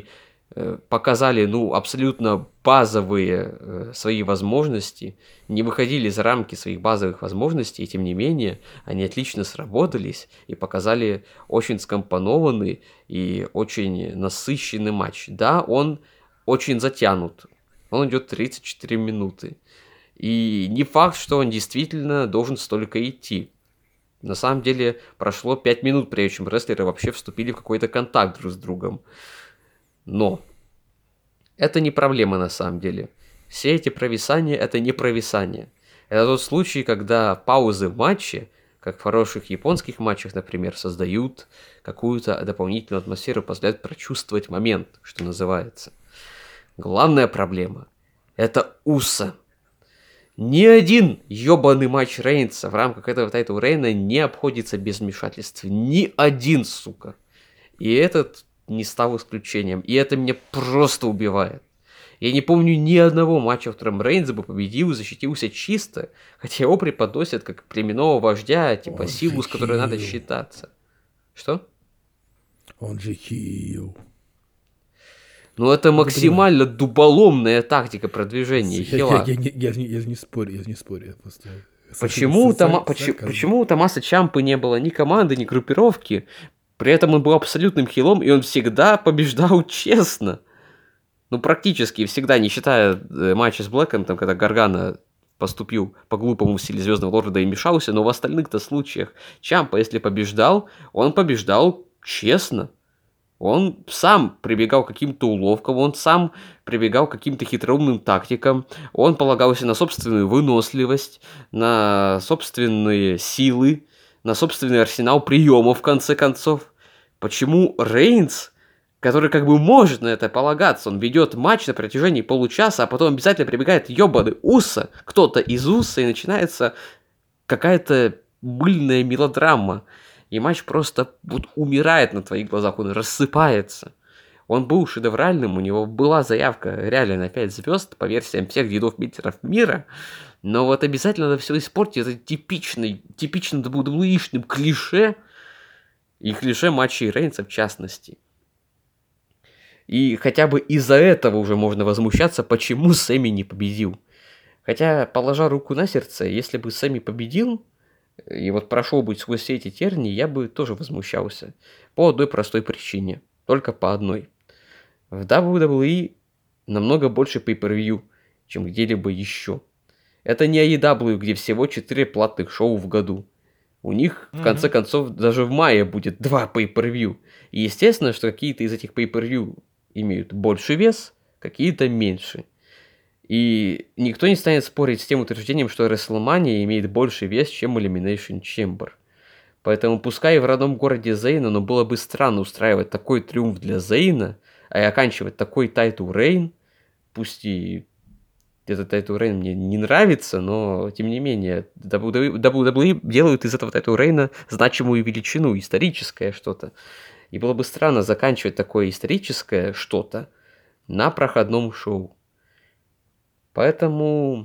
э, показали, ну, абсолютно базовые э, свои возможности, не выходили за рамки своих базовых возможностей, и тем не менее они отлично сработались и показали очень скомпонованный и очень насыщенный матч. Да, он очень затянут, он идет тридцать четыре минуты. И не факт, что он действительно должен столько идти. На самом деле прошло пять минут, прежде чем рестлеры вообще вступили в какой-то контакт друг с другом. Но это не проблема на самом деле. Все эти провисания — это не провисания. Это тот случай, когда паузы в матче, как в хороших японских матчах, например, создают какую-то дополнительную атмосферу, позволяют прочувствовать момент, что называется. Главная проблема — это Уса. Ни один ёбаный матч Рейнса в рамках этого тайтл Рейна не обходится без вмешательств. Ни один, сука. И этот не стал исключением. И это меня просто убивает. Я не помню ни одного матча, в котором Рейнс бы победил и защитился чисто, хотя его преподносят как племенного вождя, типа Он силу, же с которой надо хил. считаться. Что? Он же хил. Ну это максимально дуболомная тактика продвижения Я, хила. я, я, я, я, же не- я же не спорю, я же не спорю. Я просто... Почему, у Со- Тома... со- почему, сарказм. почему у Томаса Чампы не было ни команды, ни группировки? При этом он был абсолютным хилом, и он всегда побеждал честно. Ну, практически всегда, не считая э, матча с Блэком, там, когда Гаргана поступил по-глупому в стиле Звездного Лорда и мешался, но в остальных-то случаях Чампа, если побеждал, он побеждал честно. Он сам прибегал к каким-то уловкам, он сам прибегал к каким-то хитроумным тактикам, он полагался на собственную выносливость, на собственные силы, на собственный арсенал приемов, в конце концов. Почему Рейнс, который как бы может на это полагаться, он ведет матч на протяжении получаса, а потом обязательно прибегает ёбаный Уса, кто-то из Уса, и начинается какая-то мыльная мелодрама. И матч просто вот умирает на твоих глазах, он рассыпается. Он был шедевральным, у него была заявка реально на пять звезд по версиям всех дедов Мильтеров мира, но вот обязательно надо все испортить, это типичный, типичным дабл ю дабл ю и-шным клише, и клише матчей Рейнса в частности. И хотя бы из-за этого уже можно возмущаться, почему Сэмми не победил. Хотя, положа руку на сердце, если бы Сэмми победил, и вот прошел бы сквозь все эти тернии, я бы тоже возмущался. По одной простой причине. Только по одной. В дабл ю дабл ю и намного больше pay-per-view, чем где-либо еще. Это не эй и дабл ю, где всего четыре платных шоу в году. У них, в конце Мгм. концов, даже в мае будет два pay-per-view. И естественно, что какие-то из этих pay-per-view имеют больше вес, какие-то меньше. И никто не станет спорить с тем утверждением, что WrestleMania имеет больше вес, чем Elimination Chamber. Поэтому пускай в родном городе Зейна, но было бы странно устраивать такой триумф для Зейна, а и оканчивать такой тайтл рейн, пусть и этот тайтл рейн мне не нравится, но тем не менее дабл ю дабл ю и делают из этого тайтл рейна значимую величину, историческое что-то. И было бы странно заканчивать такое историческое что-то на проходном шоу. Поэтому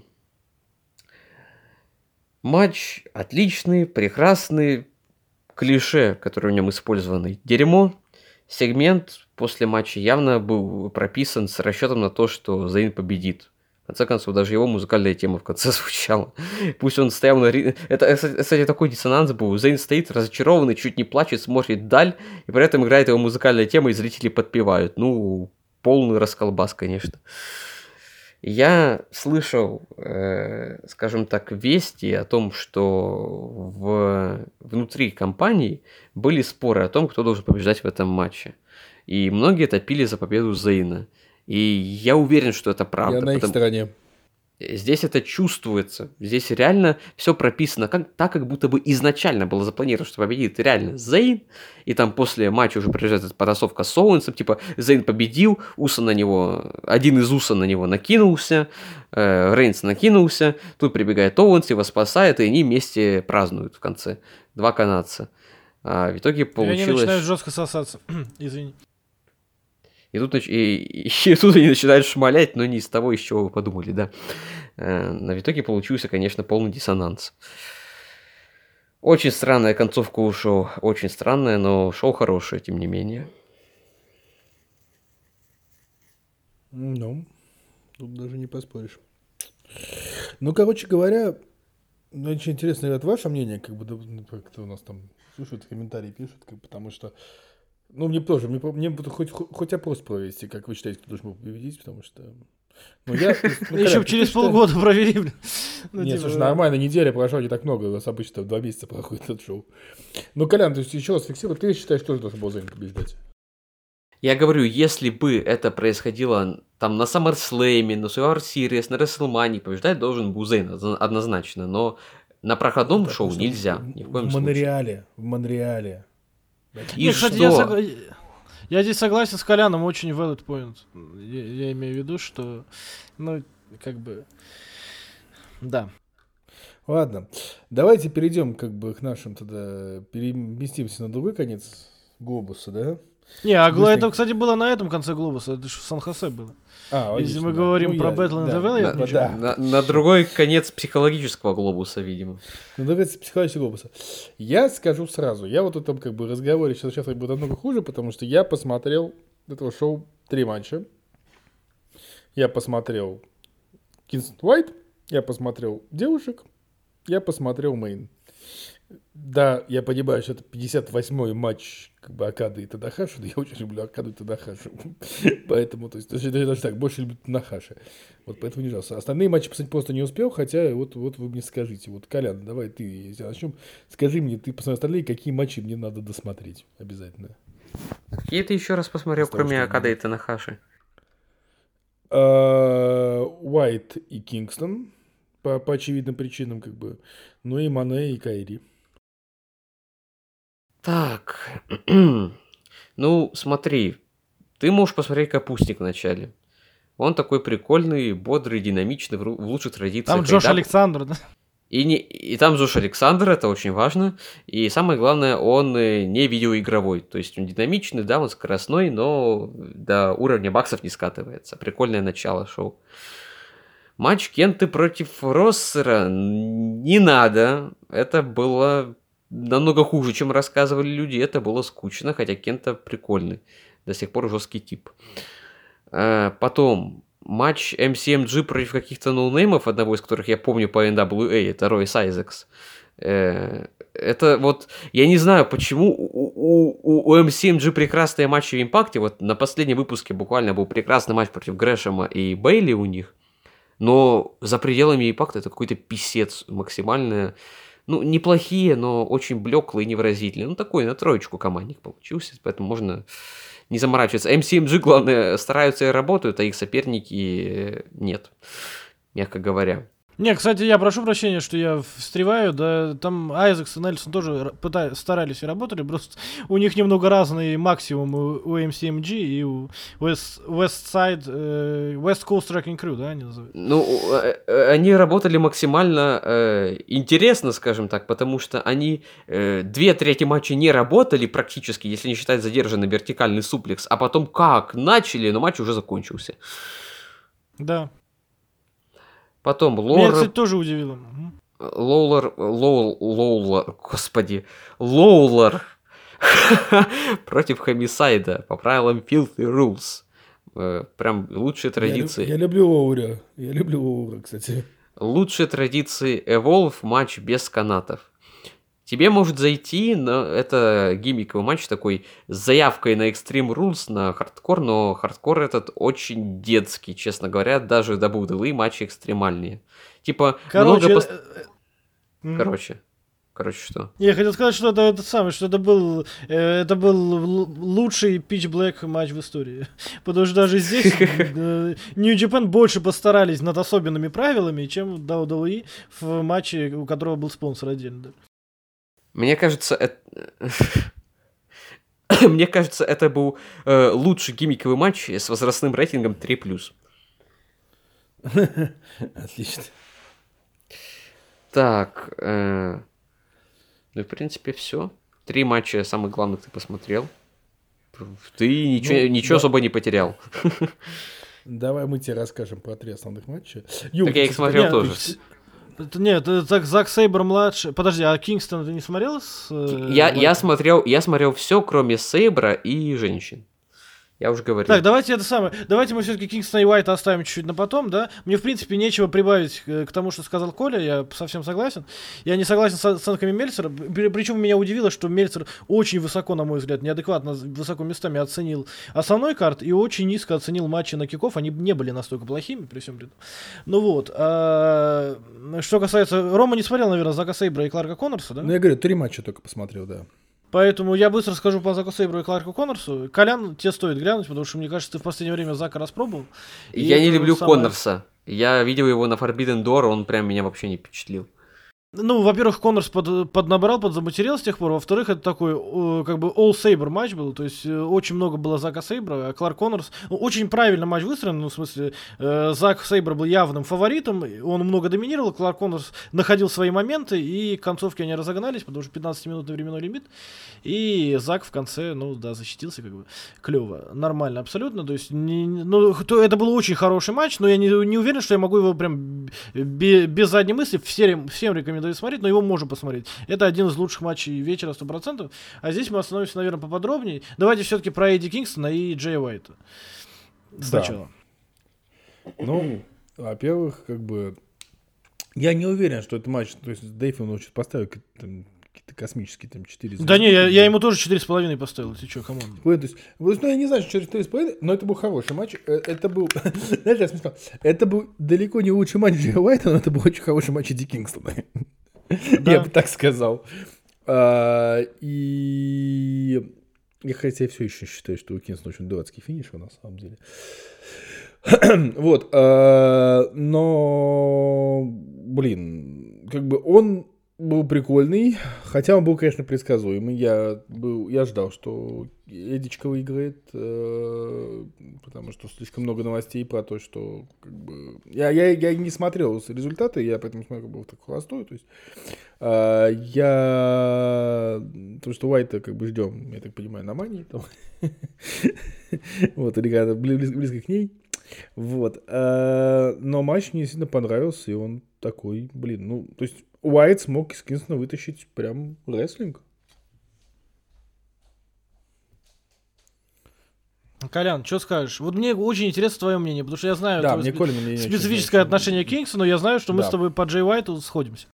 матч отличный, прекрасный, клише, которые в нем использованы, дерьмо. Сегмент после матча явно был прописан с расчетом на то, что Зейн победит. В конце концов, даже его музыкальная тема в конце звучала. Пусть он стоял на... ри- Это, кстати, такой диссонанс был. Зейн стоит разочарованный, чуть не плачет, смотрит вдаль, и при этом играет его музыкальная тема, и зрители подпевают. Ну, полный расколбас, конечно. Я слышал, э, скажем так, вести о том, что в... внутри компании были споры о том, кто должен побеждать в этом матче. И многие топили за победу Зейна. И я уверен, что это правда. Я на их потому- стороне. Здесь это чувствуется. Здесь реально все прописано как, так, как будто бы изначально было запланировано, что победит реально Зейн. И там после матча уже приезжает эта потасовка с Оуэнсом. Типа Зейн победил, Уса на него, один из Уса на него накинулся, э, Рейнс накинулся. Тут прибегает Оуэнс, его спасает, и они вместе празднуют в конце. Два канадца. А в итоге И они получилось... начинают жестко сосаться. Извини. И тут, нач- и, и- и тут они начинают шмалять, но не из того, из чего вы подумали, да. Э, Но в итоге получился, конечно, полный диссонанс. Очень странная концовка у шоу. Очень странная, но шоу хорошее, тем не менее. Ну, тут даже не поспоришь. Ну, короче говоря, ну, очень интересно, ребят, ваше мнение, как бы, да, ну, кто у нас там слушают, комментарии пишут, как, потому что, ну, мне тоже, мне, по- мне бы хоть, хоть опрос провести, как вы считаете, кто должен был победить, потому что, ну, я... ну, Еще Колян, б ты через считаешь- полгода провели, блин. Ну, Нет, типа, слушай, да. нормально, неделя прошла, не так много, у нас обычно два месяца проходит этот шоу. Ну, Колян, то есть еще раз фиксирую, ты считаешь, что должен был Зейн побеждать? Я говорю, если бы это происходило там на SummerSlam, на Survivor Series, на WrestleMania, побеждать должен был Зейн одно- однозначно, но на проходном Так, шоу потому что нельзя, в- ни в коем В случае. Монреале, в Монреале. И Не, кстати, я, что? согла- я здесь согласен с Коляном, очень valid point. Я, я имею в виду, что, ну, как бы, да. Ладно, давайте перейдем как бы к нашим тогда, переместимся на другой конец глобуса, да? Не, а гла- Быстренько. это, кстати, было на этом конце глобуса, это же в Сан-Хосе было. А, Если логично, мы да. говорим Ну, про я- Battle in да, the Valley, да, это да. На, на другой конец психологического глобуса, видимо. Ну, давайте психологический глобуса. Я скажу сразу, я вот в этом как бы разговоре сейчас, сейчас будет намного хуже, потому что я посмотрел этого шоу три матча. Я посмотрел Kingston White, я посмотрел девушек, я посмотрел Мейн. Да, я понимаю, что это пятьдесят восьмой матч как бы Окады и Танахаши, но я очень люблю Окаду и Танахаши. Поэтому, то есть, даже, даже так, больше люблю Танахаши. Вот поэтому не жалко. Остальные матчи посмотреть просто не успел, хотя вот, вот вы мне скажите. Вот, Колян, давай ты, если начнем, скажи мне, ты посмотри остальные, какие матчи мне надо досмотреть обязательно. Какие ты еще раз посмотрел, Из того, кроме что Акады и было. Танахаши? Уайт и Кингстон по, по очевидным причинам, как бы. Ну и Мане и Кайри. Так, ну смотри, ты можешь посмотреть «Капустник» вначале. Он такой прикольный, бодрый, динамичный, в ру- в лучших традициях. Там Джош эй дабл ю. Александр, да? И, не, и там Джош Александр, это очень важно. И самое главное, он э, не видеоигровой. То есть он динамичный, да, он скоростной, но до уровня баксов не скатывается. Прикольное начало шоу. Матч Кенты против Россера не надо. Это было намного хуже, чем рассказывали люди. Это было скучно, хотя Кента прикольный. До сих пор жесткий тип. Э, Потом матч эм си эм джи против каких-то ноунеймов, одного из которых я помню по эн дабл ю эй, это Ройс Айзекс. Э, Это вот, я не знаю, почему у, у, у эм си эм джи прекрасные матчи в Импакте. Вот на последнем выпуске буквально был прекрасный матч против Грэшема и Бейли у них. Но за пределами Импакта это какой-то писец максимально. Ну, неплохие, но очень блеклые и невыразительные. Ну, такой на троечку командник получился, поэтому можно не заморачиваться. эм си эм джи, главное, стараются и работают, а их соперники нет, мягко говоря. Не, кстати, я прошу прощения, что я встреваю, да, там Айзекс и Нельсон тоже р- пыта- старались и работали, просто у них немного разный максимум у, у эм си эм джи и у West, West Side, э, West Coast Wrecking Crew, да, они называют? Ну, э, э, они работали максимально э, интересно, скажем так, потому что они э, две трети матча не работали практически, если не считать задержанный вертикальный суплекс, а потом как начали, но матч уже закончился. Да. Потом Меня, Лора... кстати, тоже удивило. Мгм. Лоулер, Лоул, Лоулер, господи, Лоулер против Хомисайда по правилам Filthy Rules. Э, Прям лучшие Я, люб- традиции. я люблю Оуря. Я люблю Оура, кстати. Лучшие традиции Evolve матч без канатов. Тебе может зайти, но это гиммиковый матч такой с заявкой на Extreme Rules, на хардкор, но хардкор этот очень детский, честно говоря, даже дабл ю дабл ю и матчи экстремальнее. Типа, Короче, много... пос- э, э, м. Короче, короче, что? Я хотел сказать, что это, это самое, что это был, э, это был л- лучший Pitch Black матч в истории. Потому что даже здесь э, New Japan больше постарались над особенными правилами, чем дабл ю дабл ю и в матче, у которого был спонсор отдельно. да. Мне кажется, это... Мне кажется, это был э, лучший гиммиковый матч с возрастным рейтингом три плюс. Отлично. Так, э, ну, в принципе, все. Три матча самых главных ты посмотрел. Ты ничего, Ну, ничего да. особо не потерял. Давай мы тебе расскажем про три основных матча. Юр, Так я их кстати, смотрел Нет, тоже. ты- это- Нет, это так Зак Сейбр младший. Подожди, а Кингстон ты не смотрел? С, э, Я, я, Лайком? смотрел, я смотрел все, кроме Сейбра и женщин. Я уже говорил. Так, давайте это самое. Давайте мы все-таки Кингстона и Уайта оставим чуть-чуть на потом, да? Мне, в принципе, нечего прибавить к, к тому, что сказал Коля, я совсем согласен. Я не согласен с оценками Мельцера, при- причем меня удивило, что Мельцер очень высоко, на мой взгляд, неадекватно высоко местами оценил основной карт и очень низко оценил матчи на киков, они не были настолько плохими, при всем при этом. Ну вот, а, что касается... Рома не смотрел, наверное, Зака Сейбра и Кларка Коннорса, да? Ну, я говорю, три матча только посмотрел, да. Поэтому я быстро скажу по Заку Сейбру и Кларку Коннорсу. Колян, тебе стоит глянуть, потому что, мне кажется, ты в последнее время Зака распробовал. И Я не это люблю самое- Коннорса. Я видел его на Forbidden Door, он прям меня вообще не впечатлил. Ну, во-первых, Коннорс под, поднабрал, подзаматерил с тех пор. Во-вторых, это такой, э, как бы, all-Сейбр матч был. То есть, э, очень много было Зака Сейбра, а Кларк Коннорс... Ну, очень правильно матч выстроен. Ну, в смысле, э, Зак Сейбр был явным фаворитом. Он много доминировал. Кларк Коннорс находил свои моменты. И к концовке они разогнались, потому что пятнадцатиминутный временной лимит. И Зак в конце, ну, да, защитился, как бы, клево. Нормально абсолютно. То есть, не, не- ну, то, это был очень хороший матч, но я не, не уверен, что я могу его прям бе- без задней мысли всем, всем рекомендую смотреть, но его можно посмотреть. Это один из лучших матчей вечера, сто процентов. А здесь мы остановимся, наверное, поподробнее. Давайте все-таки про Эдди Кингстона и Джея Уайта. Сначала. Ну, во-первых, как бы... Я не уверен, что этот матч... То есть Дэйв ему хочет поставить там, какие-то космические там четыре... Да не, я, я ему тоже четыре с половиной поставил. Ты что, камон. Ой, то есть, вот, ну, я не знаю, что через четыре с половиной, но это был хороший матч. Э, Это был, знаете, я смешно, это был далеко не лучший матч Джея Уайта, но это был очень хороший матч Эдди Кингстона. Я бы так сказал. А, И я, хотя я все еще считаю, что у Кингстона очень дурацкий финиш на самом деле. Вот, а, но, блин, как бы он был прикольный, хотя он был, конечно, предсказуемый. Я был, я ждал, что Эдичка выиграет, э, потому что слишком много новостей про то, что как бы я, я, я не смотрел результаты, я поэтому смотрел, был так холостой. То есть э, я то, что Уайта как бы ждем, я так понимаю, на мании там. Вот, или когда близко к ней. Вот. э, Но матч мне сильно понравился, и он такой, блин, ну, то есть Уайт смог из Кингстона вытащить прям рестлинг. Колян, что скажешь? Вот мне очень интересно твое мнение, потому что я знаю Да, твое мне спе- Колин мнение очень специфическое нравится. отношение к Кингстону, я знаю, что мы Да. с тобой по Джей Уайту сходимся.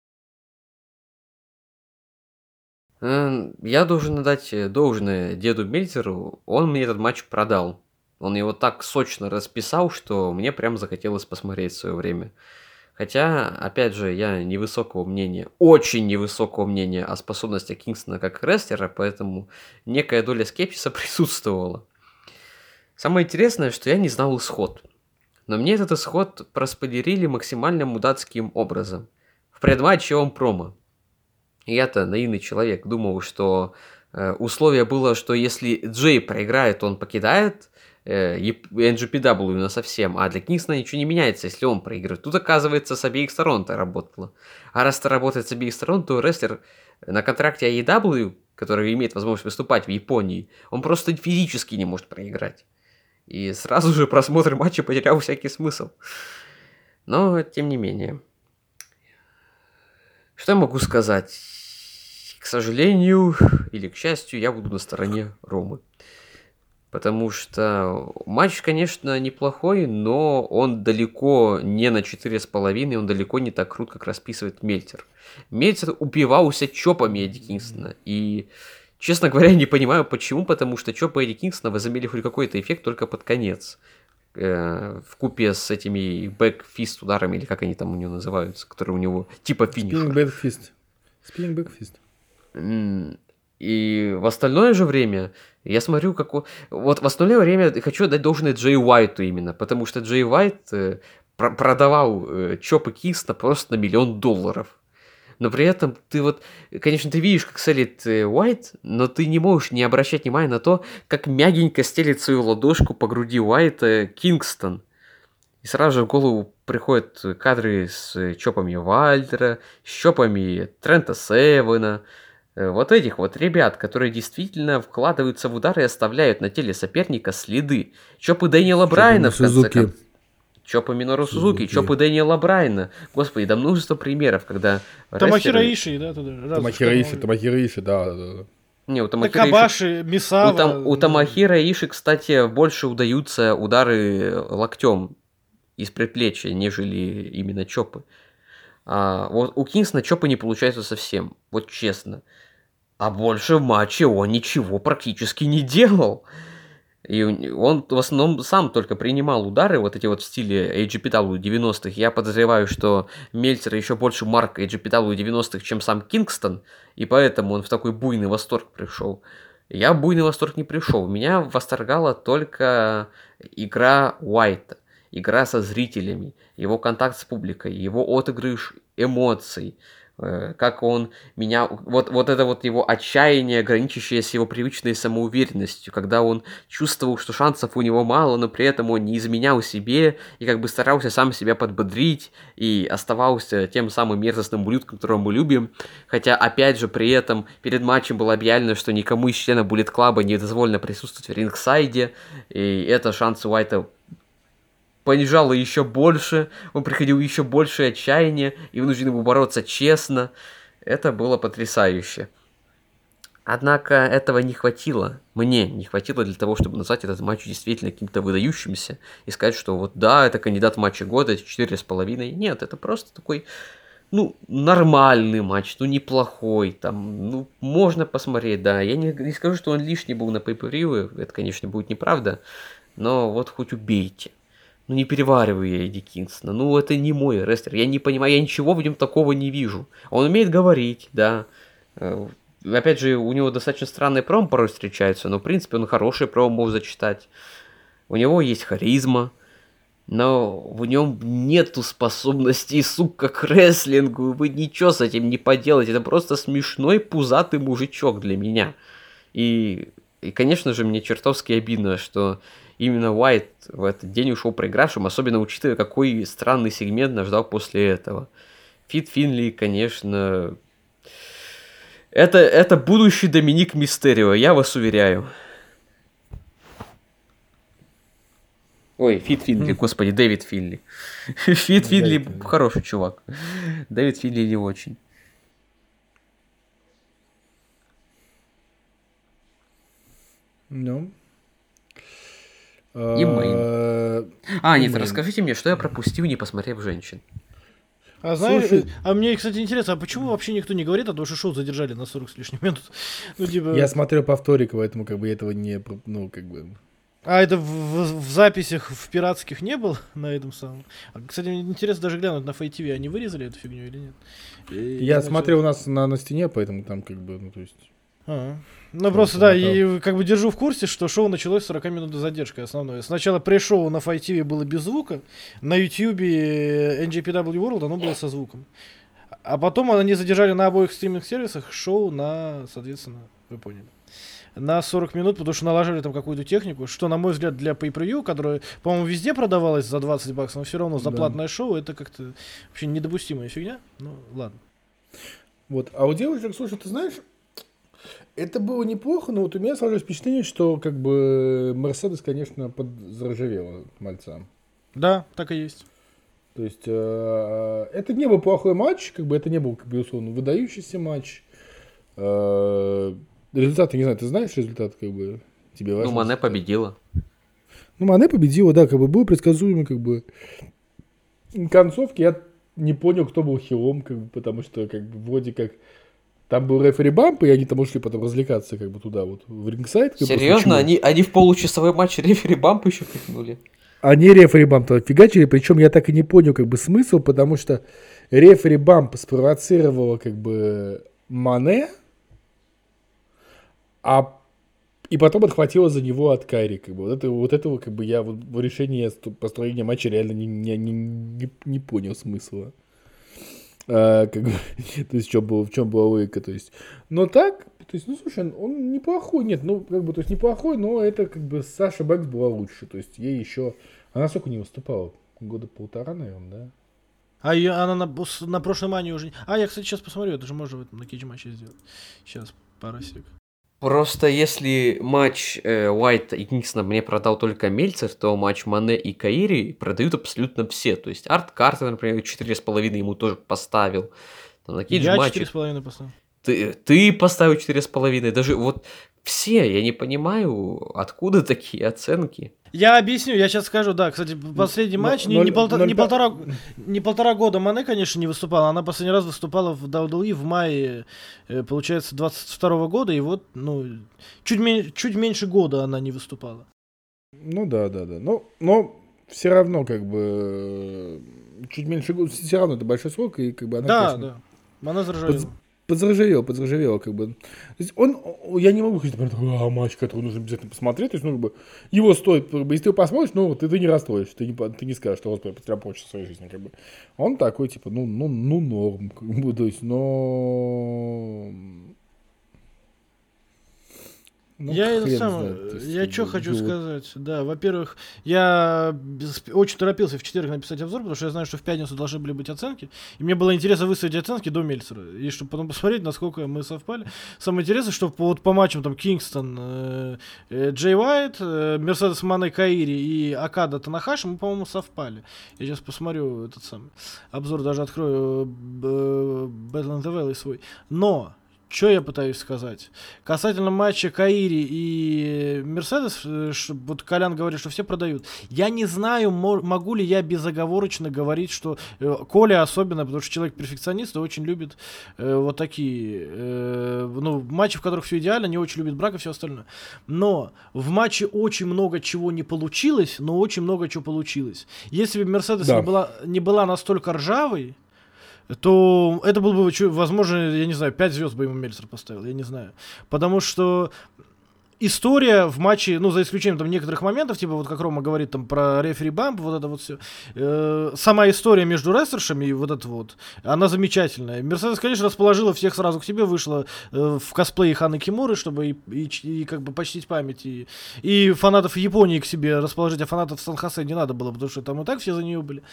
М, Я должен отдать э, должное деду Мельцеру, он мне этот матч продал. Он его так сочно расписал, что мне прям захотелось посмотреть в свое время. Хотя, опять же, я невысокого мнения, очень невысокого мнения о способностях Кингстона как рестлера, поэтому некая доля скепсиса присутствовала. Самое интересное, что я не знал исход. Но мне этот исход проспойлерили максимально мудацким образом. В предматчевом промо. И я-то наивный человек, думал, что э, условие было, что если Джей проиграет, он покидает э, эн джи пи дабл ю насовсем, а для Кингстона ничего не меняется, если он проигрывает. Тут, оказывается, с обеих сторон это работало. А раз это работает с обеих сторон, то рестлер на контракте эй и дабл ю, который имеет возможность выступать в Японии, он просто физически не может проиграть. И сразу же просмотр матча потерял всякий смысл. Но, тем не менее. Что я могу сказать? К сожалению, или к счастью, я буду на стороне Ромы. Потому что матч, конечно, неплохой, но он далеко не на четыре с половиной, он далеко не так крут, как расписывает Мельцер. Мельцер упивался чопами Эдди Кингстона. И, честно говоря, я не понимаю, почему, потому что чопы Эдди Кингстона возымели хоть какой-то эффект только под конец. Э, вкупе с этими бэкфист ударами, или как они там у него называются, которые у него типа финишер. Спиннинг бэкфист. Спиннинг бэкфист. М, И в остальное же время я смотрю, как... о- Вот в остальное время хочу отдать должное Джей Уайту именно, потому что Джей Уайт э, про- продавал э, чопы Кингстона просто на миллион долларов. Но при этом ты вот, конечно, ты видишь, как селит э, Уайт, но ты не можешь не обращать внимания на то, как мягенько стелит свою ладошку по груди Уайта Кингстон. И сразу же в голову приходят кадры с э, чопами Вальтера, с чопами Трента Севена, э, вот этих вот ребят, которые действительно вкладываются в удары и оставляют на теле соперника следы. Чопы Дэниела Брайана, в конце Сузуки. концов. Чопы Минору Сузуки, Сузуки. чопы Дэниела Брайана. Господи, да множество примеров, когда Тамахиро рестлеры- Иши, да, туда. раз уж Тамахиро Иши, сказал. Тамахиро Иши, да, да, да. Не, у Тамахира Иши... Такабаши, У, Мисава. там, у ну, Тамахира Иши, кстати, больше удаются удары локтем из предплечья, нежели именно чопы. А вот у Кингстона чопы не получается совсем, вот честно. А больше в матче он ничего практически не делал. И у- он в основном сам только принимал удары, вот эти вот в стиле эй джи пи дабл ю девяностых. Я подозреваю, что Мельцер еще больше марк эй джи пи дабл ю девяностых, чем сам Кингстон, и поэтому он в такой буйный восторг пришел. Я в буйный восторг не пришел. Меня восторгала только игра Уайта, игра со зрителями, его контакт с публикой, его отыгрыш эмоций, э, как он меня... Вот, вот это вот его отчаяние, граничащее с его привычной самоуверенностью, когда он чувствовал, что шансов у него мало, но при этом он не изменял себе и как бы старался сам себя подбодрить и оставался тем самым мерзостным ублюдком, которого мы любим. Хотя, опять же, при этом перед матчем было объявлено, что никому из членов Bullet Club не дозволено присутствовать в рингсайде, и это шансы Уайта понижало еще больше, он приходил в еще большее отчаяние и вынужден был бороться честно. Это было потрясающе. Однако этого не хватило, мне не хватило для того, чтобы назвать этот матч действительно каким-то выдающимся и сказать, что вот да, это кандидат в матче года, четыре с половиной. Нет, это просто такой, ну, нормальный матч, ну, неплохой, там, ну, можно посмотреть, да. Я не, не скажу, что он лишний был на pay-per-view, это, конечно, будет неправда, но вот хоть убейте. Ну, не перевариваю я Эдди Кингстона. Ну, это не мой рестлер. Я не понимаю, я ничего в нем такого не вижу. Он умеет говорить, да. Э, Опять же, у него достаточно странные промо порой встречаются, но, в принципе, он хорошие промо может зачитать. У него есть харизма, но в нем нету способностей, сука, к рестлингу. Вы ничего с этим не поделаете. Это просто смешной пузатый мужичок для меня. И, и конечно же, мне чертовски обидно, что именно Уайт в этот день ушел проигравшим, особенно учитывая, какой странный сегмент нас ждал после этого. Фит Финли, конечно... Это, это будущий Доминик Мистерио, я вас уверяю. Ой, Фит Финли, господи, Дэвид Финли. Фит Финли хороший чувак. Дэвид Финли не очень. Ну... И мейн. А, А, и нет, мейн. расскажите мне, что я пропустил, не посмотрев женщин. А знаешь, Слушай- а мне, кстати, интересно, а почему вообще никто не говорит, а то, что шоу задержали на сорок с лишним минут? Ну, типа... Я смотрел повторик, поэтому как бы я этого не... про- Ну, как бы... А это в, в- в записях в пиратских не было на этом самом? А, кстати, мне интересно даже глянуть на Файт ТВ, они вырезали эту фигню или нет? И Я начал- смотрел у нас на, на стене, поэтому там как бы, ну, то есть... А, ну просто да, смотрел. и как бы держу в курсе, что шоу началось с сорок минут задержкой основное. Сначала пресс-шоу на Fight ти ви было без звука, на ютубе эн джей пи дабл ю World оно было со звуком. А потом они задержали на обоих стриминг-сервисах шоу на, соответственно, вы поняли, на сорок минут, потому что налажали там какую-то технику, что, на мой взгляд, для pay-per-view, которая, по-моему, везде продавалась за двадцать баксов, но все равно за Да. платное шоу, это как-то вообще недопустимая фигня. Ну, ладно. Вот. А у девушек, слушай, ты знаешь, это было неплохо, но вот у меня сложилось впечатление, что как бы Мерседес, конечно, подзаржавела мальцам. Да, так и есть. То есть э, это не был плохой матч, как бы это не был, как бы, условно, выдающийся матч. Э, результаты, не знаю, ты знаешь результат, как бы, тебе важно? Ну, Мане победила. Ну, Мане победила, да, как бы был предсказуемый, как бы. В концовке я не понял, кто был хилом, как бы, потому что, как бы, вроде как там был рефери бамп, и они там ушли потом развлекаться, как бы, туда вот, в рингсайд. Как бы, Серьезно? почему? Они, они в получасовой матч рефери бамп еще пихнули? Они рефери бамп туда фигачили, причем я так и не понял, как бы, смысл, потому что рефери бамп спровоцировала, как бы, Мане, а и потом отхватила за него от Кайри, как бы. Вот, это, вот этого, как бы, я вот в решении построения матча реально не, не, не, не, не понял смысла. А, как бы, то есть, в чем, было, в чем была логика, то есть. Но так, то есть, ну, слушай, он неплохой, нет, ну, как бы, то есть, неплохой, но это, как бы, Саша Бэнкс была лучше, то есть, ей еще, она сколько не выступала? Года полтора, наверное, да? А ее, она на, бус- на прошлой мане уже... не- А, я, кстати, сейчас посмотрю, это же можно в этом, на кейдж-матче сделать. Сейчас, пару сек. Просто если матч э, Уайта и Кингстона мне продал только Мельцер, то матч Мане и Каири продают абсолютно все. То есть Арт Картер, например, четыре с половиной ему тоже поставил. Там, на Я матче четыре с половиной поставил. ты, ты поставил четыре с половиной. Даже вот все, я не понимаю, откуда такие оценки. Я объясню, я сейчас скажу, да, кстати, последний Но- матч, не, ноль- не полтора, ноль не, пя- полтора, не полтора года Мане, конечно, не выступала, она последний раз выступала в дабл ю дабл ю и в мае, э, получается, двадцать второго года, и вот, ну, чуть, мен- чуть меньше года она не выступала. Ну да, да, да. Но, но все равно, как бы, э, чуть меньше года, все равно это большой срок, и как бы она, Да, конечно, да, она заржавела. Под- подзаржавела, подзаржавела, как бы. То есть он, о- я не могу сказать, например, а, матч, который нужно обязательно посмотреть, то есть, ну, как бы, его стоит, как бы, если ты его посмотришь, ну, ты, ты не расстроишься, ты не, по- ты не скажешь, что, господи, я потерял полчаса своей жизни, как бы. Он такой, типа, ну, ну, ну, норм, как бы, то есть, но... Ну, я это хрен сам, знает, то есть, я как что бы, хочу вот. сказать, да, во-первых, я без- очень торопился в четверг написать обзор, потому что я знаю, что в пятницу должны были быть оценки, и мне было интересно выставить оценки до Мельцера, и чтобы потом посмотреть, насколько мы совпали. Самое интересное, что по, вот по матчам там Кингстон, э, э, Джей Уайт, э, Мерседес Мане Каири и Акада Танахаши, мы, по-моему, совпали. Я сейчас посмотрю этот самый обзор, даже открою э, Battle and the Valley свой. Но что я пытаюсь сказать? Касательно матча Каири и Мерседес, э, ш- вот Колян говорит, что все продают. Я не знаю, мо- могу ли я безоговорочно говорить, что э, Коля особенно, потому что человек перфекционист и очень любит э, вот такие, э, ну, матчи, в которых все идеально, не очень любит брак и все остальное. Но в матче очень много чего не получилось, но очень много чего получилось. Если бы Мерседес Да. не была, не была настолько ржавой, то это было бы, чё- возможно, я не знаю, пять звезд бы ему Мельцер поставил, я не знаю. Потому что история в матче, ну, за исключением там некоторых моментов, типа вот как Рома говорит там про рефери бамп, вот это вот все. Сама история между рестлершами и вот это вот, она замечательная. Мерседес, конечно, расположила всех сразу к себе, вышла э, в косплее Ханы Кимуры, чтобы и, и ч- и как бы почтить память. И, и фанатов Японии к себе расположить, а фанатов Сан-Хосе не надо было, потому что там и так все за нее были.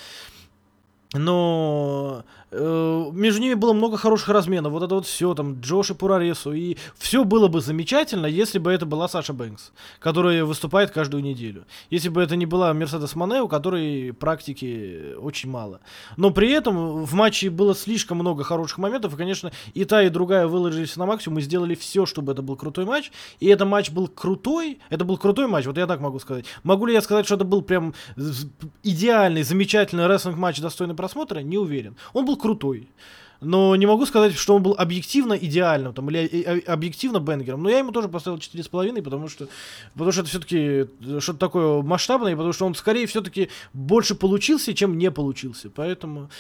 Но э, между ними было много хороших разменов. Вот это вот все, там, Джош и Пураресу. И все было бы замечательно, если бы это была Саша Бэнкс, которая выступает каждую неделю. Если бы это не была Мерседес Мане, у которой практики очень мало. Но при этом в матче было слишком много хороших моментов. И, конечно, и та, и другая выложились на максимум. Мы сделали все, чтобы это был крутой матч. И этот матч был крутой. Это был крутой матч, вот я так могу сказать. Могу ли я сказать, что это был прям з- идеальный, замечательный рестлинг-матч, достойный просмотра? Не уверен. Он был крутой. Но не могу сказать, что он был объективно идеальным там, или э, э, объективно бенгером. Но я ему тоже поставил четыре с половиной, потому что, потому что это все-таки что-то такое масштабное, потому что он скорее все-таки больше получился, чем не получился. Поэтому...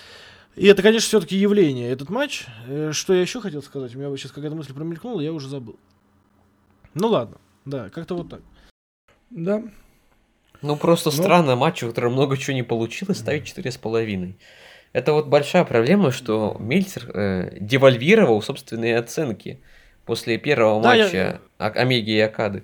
И это, конечно, все-таки явление, этот матч. Э, Что я еще хотел сказать? У меня вот сейчас какая-то мысль промелькнула, я уже забыл. Ну ладно, да, как-то вот так. Да. Ну, просто Ну. странно матчу, в котором много чего не получилось, ставить четыре с половиной. Это вот большая проблема, что Мельцер э, девальвировал собственные оценки после первого Да, я- матча А- Омеги и Акады.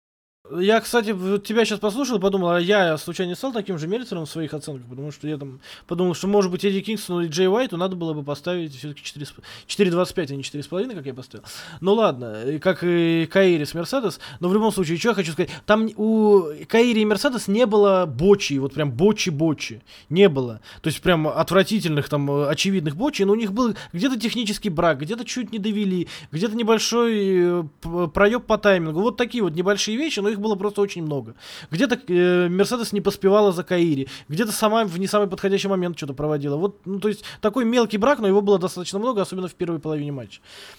Я, кстати, вот тебя сейчас послушал и подумал, а я случайно не стал таким же Мельцером в своих оценках, потому что я там подумал, что, может быть, Эдди Кингстону и Джей Уайту надо было бы поставить все-таки четыре двадцать пять, а не четыре с половиной, как я поставил. Ну ладно, и как и Каири с Мерседес, но в любом случае, что я хочу сказать, там у Каири и Мерседес не было бочи, вот прям бочи-бочи, не было. То есть прям отвратительных там э, очевидных бочи, но у них был где-то технический брак, где-то чуть не довели, где-то небольшой э, п- проеб по таймингу, вот такие вот небольшие вещи, но их было просто очень много. Где-то э, Мерседес не поспевала за Каири, где-то сама в не самый подходящий момент что-то проводила. Вот, ну, то есть такой мелкий брак, но его было достаточно много, особенно в первой половине матча.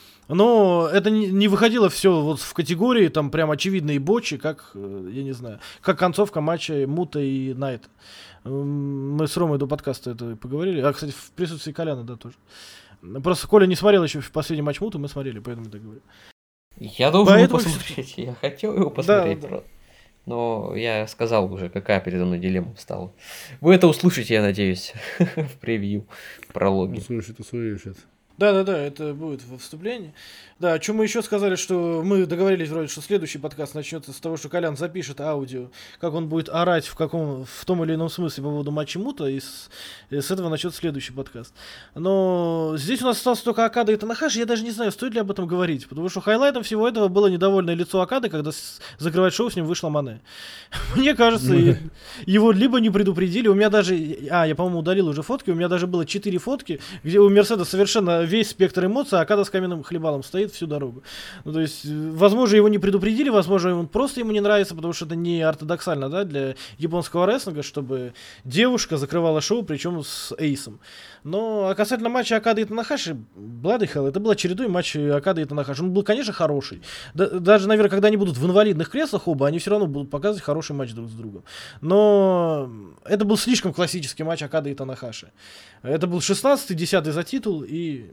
Но это не, не выходило все вот в категории там прям очевидные бочи, как, э, я не знаю, как концовка матча Мута и Найта. М, Мы с Ромой до подкаста это поговорили. А, кстати, в присутствии Коляна, да, тоже. Просто Коля не смотрел еще последний матч Мута, мы смотрели, поэтому так говорю. Я должен его Поэтому посмотреть. Я хотел его посмотреть. да. про- Но я сказал уже, какая передо мной дилемма встала. Вы это услышите, я надеюсь, в превью, в прологе. Услышит, услышит. Да-да-да, это будет во вступлении. Да, о чем мы еще сказали, что мы договорились вроде, что следующий подкаст начнется с того, что Колян запишет аудио, как он будет орать в каком в том или ином смысле по поводу матча Мута, и с, и с этого начнется следующий подкаст. Но здесь у нас остался только Акада и Танахаши, я даже не знаю, стоит ли об этом говорить, потому что хайлайтом всего этого было недовольное лицо Акады, когда с- закрывать шоу с ним вышла Мане. Мне кажется, и- его либо не предупредили, у меня даже, а, я, по-моему, удалил уже фотки, у меня даже было четыре фотки, где у Мерседес совершенно весь спектр эмоций, а Окада с каменным хлебалом стоит всю дорогу. Ну, то есть, возможно, его не предупредили, возможно, он просто ему не нравится, потому что это не ортодоксально, да, для японского рестлинга, чтобы девушка закрывала шоу, причем с эйсом. Но а касательно матча Окады и Танахаши, bloody hell, это был очередной матч Окады и Танахаши. Он был, конечно, хороший. Да, даже, наверное, когда они будут в инвалидных креслах оба, они все равно будут показывать хороший матч друг с другом. Но это был слишком классический матч Окады и Танахаши. Это был шестнадцатый, десятый за титул, и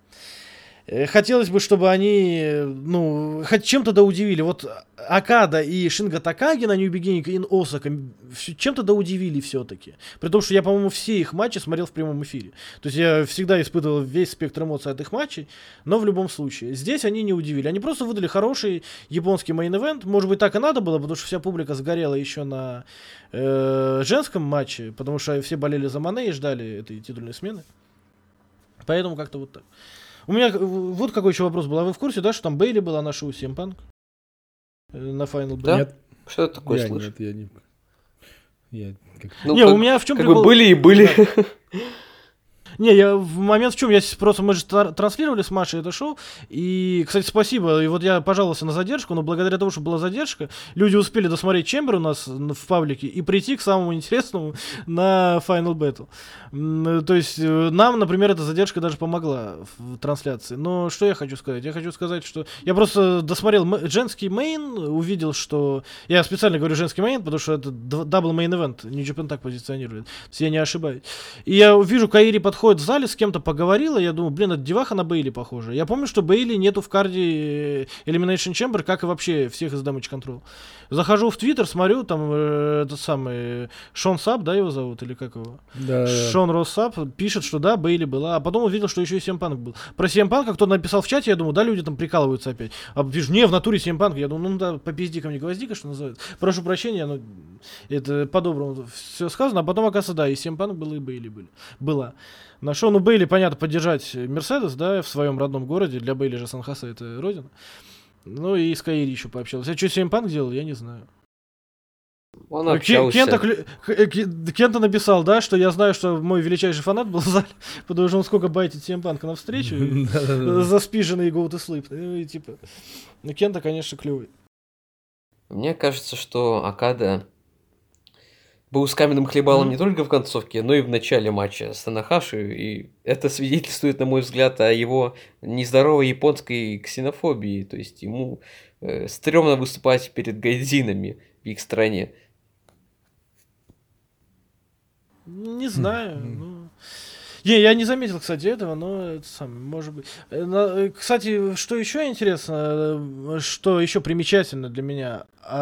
хотелось бы, чтобы они, ну, хоть чем-то да удивили. Вот Окада и Шинго Такаги на New Beginning in Osaka чем-то да удивили все-таки. При том, что я, по-моему, все их матчи смотрел в прямом эфире. То есть я всегда испытывал весь спектр эмоций от их матчей, но в любом случае. Здесь они не удивили. Они просто выдали хороший японский мейн-эвент. Может быть, так и надо было, потому что вся публика сгорела еще на э, женском матче, потому что все болели за Мане и ждали этой титульной смены. Поэтому как-то вот так. У меня вот какой еще вопрос был. А вы в курсе, да, что там Бейли была на шоу си эм Punk? На Final Battle? Да? Нет. Что это такое Я слышишь? нет, я не... Я как... Ну, не, как, у меня в чем как прикол... бы были и были. Да. Не, я в момент в чем, я просто, мы же тр- транслировали с Машей это шоу, и, кстати, спасибо, и вот я пожаловался на задержку, но благодаря тому, что была задержка, люди успели досмотреть Чембер у нас в паблике и прийти к самому интересному на Final Battle. То есть нам, например, эта задержка даже помогла в трансляции. Но что я хочу сказать? Я хочу сказать, что я просто досмотрел м- женский мейн, увидел, что... Я специально говорю женский мейн, потому что это дабл мейн ивент, New Japan так позиционирует, то есть я не ошибаюсь. И я вижу, Каири подходит в зале, с кем-то поговорила, я думаю, блин, это деваха на Бейли похожа. Я помню, что Бейли нету в карде Elimination Chamber, как и вообще всех из Damage Control. Захожу в Твиттер, смотрю, там э, этот самый Шон Саб, да, его зовут, или как его? Да, Шон Росс Саб пишет, что да, Бейли была, а потом увидел, что еще и си эм Punk был. Про си эм Punk кто-то написал в чате, я думаю, да, люди там прикалываются опять. А пишут, не, в натуре си эм Punk. Я думаю, ну да, попизди ко мне гвоздика, что называется. Прошу прощения, но это по-доброму все сказано, а потом, оказывается, да, и си эм Punk был, и Бейли были. Была. На шоу, ну, Бейли, понятно, поддержать Мерседес, да, в своем родном городе. Для Бейли же Сан-Хосе это родина. Ну, и с Каири еще пообщался. А что си эм Punk делал, я не знаю. Он общался. Кента, Кента написал, да, что я знаю, что мой величайший фанат был в зале, потому что он сколько байтит си эм Punk навстречу, заспиженный Go to Sleep. И типа, ну, Кента, конечно, клевый. Мне кажется, что Окада был с каменным хлебалом mm-hmm. не только в концовке, но и в начале матча с Танахаши, и это свидетельствует, на мой взгляд, о его нездоровой японской ксенофобии, то есть ему э, стрёмно выступать перед гайдзинами в их стране. Не знаю, mm-hmm. ну... Не, я не заметил, кстати, этого, но это самое, может быть. Кстати, что еще интересно, что еще примечательно для меня,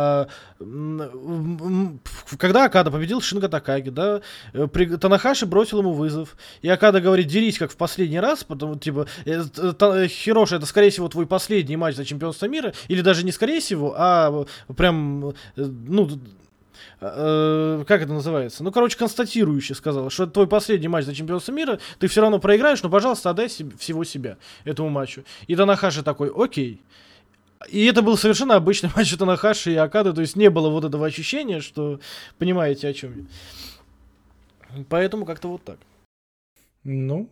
когда Окада победил Шинго Такаги, да, Танахаши бросил ему вызов, и Окада говорит, дерись как в последний раз, потому, типа, Хироши, это, скорее всего, твой последний матч за чемпионство мира, или даже не скорее всего, а прям, ну... как это называется? Ну, короче, констатирующе сказала, что это твой последний матч за чемпионство мира, ты все равно проиграешь, но, пожалуйста, отдай себе, всего себя этому матчу. И Танахаши такой, окей. И это был совершенно обычный матч Танахаши и Окады, то есть не было вот этого ощущения, что понимаете, о чем я. Поэтому как-то вот так. Ну.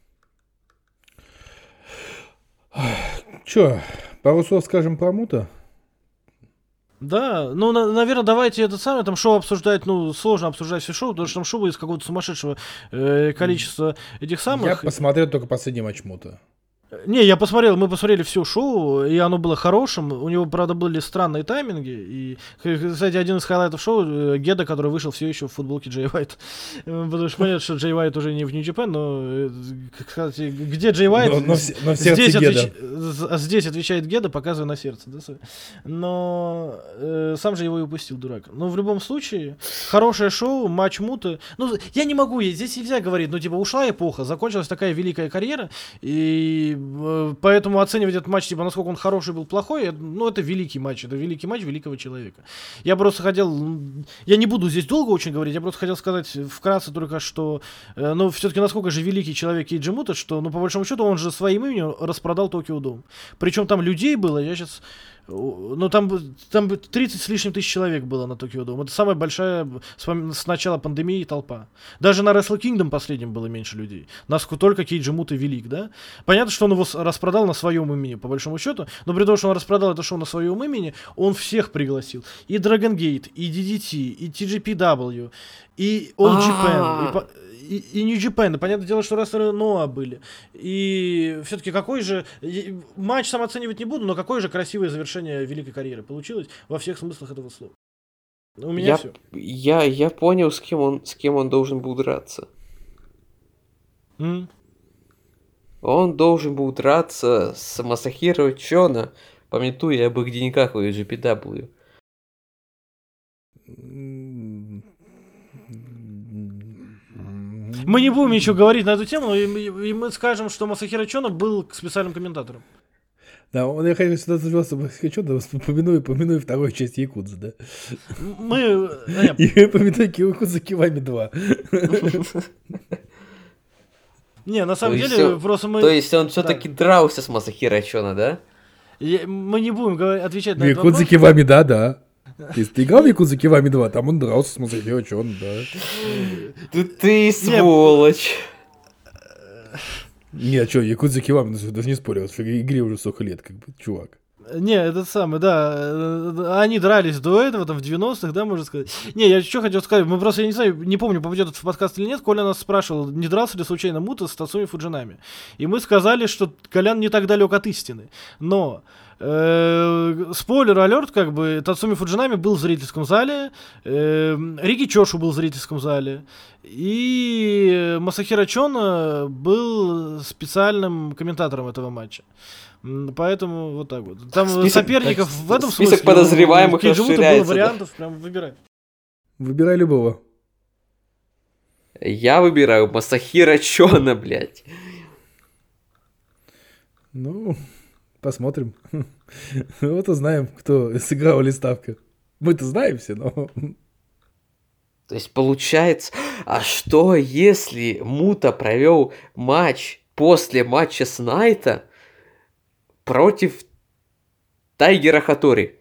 Че, пару слов скажем про Мута? Да, ну, на, наверное, давайте это самое, там шоу обсуждать, ну, сложно обсуждать все шоу, потому что там шоу из какого-то сумасшедшего э, количества этих самых. Я посмотрел только последний матч Мута. Не, я посмотрел, мы посмотрели все шоу, и оно было хорошим. У него, правда, были странные тайминги. И, кстати, один из хайлайтов шоу Геда, который вышел все еще в футболке Джей Уайт. Потому что понятно, что Джей Уайт уже не в New Japan, но, кстати, где Джей Уайт? Но, но, но в сердце здесь, Геда. Отвеч... здесь отвечает Геда, показывая на сердце. Да? Но э, сам же его и упустил, дурак. Но в любом случае, хорошее шоу, матч Мута. Ну, я не могу, здесь нельзя говорить, ну, типа, ушла эпоха, закончилась такая великая карьера, и поэтому оценивать этот матч, типа, насколько он хороший был, плохой, ну, это великий матч, это великий матч великого человека. Я просто хотел, я не буду здесь долго очень говорить, я просто хотел сказать вкратце только, что, ну, все-таки насколько же великий человек Кейджи Мута, что, ну, по большому счету, он же своим именем распродал Токио Дом. Причем там людей было, я сейчас Ну, там, бы- там бы тридцать с лишним тысяч человек было на Tokyo Dome. Это самая большая с, мом- с начала пандемии толпа. Даже на Wrestle Kingdom последнем было меньше людей. Насколько только Кейджи Мута велик, да? Понятно, что он его с- распродал на своем имени, по большому счету. Но при том, что он распродал это шоу на своем имени, он всех пригласил. И Dragon Gate, и ди ди ти, и ти джи пи дабл ю, и All Japan, и по- и, и New Japan. И понятное дело, что рестлеры Ноа были. И все-таки какой же... и- Матч сам оценивать не буду, но какое же красивое завершение великой карьеры получилось во всех смыслах этого слова. У меня Я, все. я, я понял, с кем он, с кем он должен был драться. Он должен был драться с Масахиро Чона, памятуя об их деньгах в джи пи дабл ю. Мы не будем ничего говорить на эту тему, но и, и- и мы скажем, что Масахиро Чона был специальным комментатором. Да, он, я, конечно, сюда завелся, хочу, да, помяную, помяную вторую часть Якудзы, да. М- Мы... э, И помяную Якудзу Кивами два. Не, на самом То есть деле, он- просто мы... То есть он все-таки дрался с Масахиро Чона, да? Я- мы не будем говорить- отвечать на этот Якудза вопрос. Кивами, да, да. Если ты играл в Якудза Кивами два, там он дрался с Масахиро Чоном, да. Ты, ты сволочь. Не, а что, Якудза Кивами, ну, даже не спорил, что игре уже столько лет, как бы, чувак. Не, этот самый, да, э, они дрались до этого, там, в девяностых, да, можно сказать. Не, я что хотел сказать, мы просто, я не знаю, не помню, попадет это в подкаст или нет, Коля нас спрашивал, не дрался ли случайно Мута с Тацуми Фуджинами. И мы сказали, что Колян не так далек от истины. Но, э, спойлер алерт, как бы, Тацуми Фуджинами был в зрительском зале, э, Рики Чошу был в зрительском зале, и Масахиро Чона был специальным комментатором этого матча. М, Поэтому вот так вот. Там Список- соперников так, в этом список смысле. подозреваемых у Кейджи Мута было расширяется, да. вариантов, прям выбирай. Выбирай любого. Я выбираю Масахиро Чона, блядь. Ну, посмотрим. Вот узнаем, кто сыграл ли ставка. Мы-то знаем все, но... То есть получается, а что если Мута провел матч после матча с Найта против Тайгера Хатори?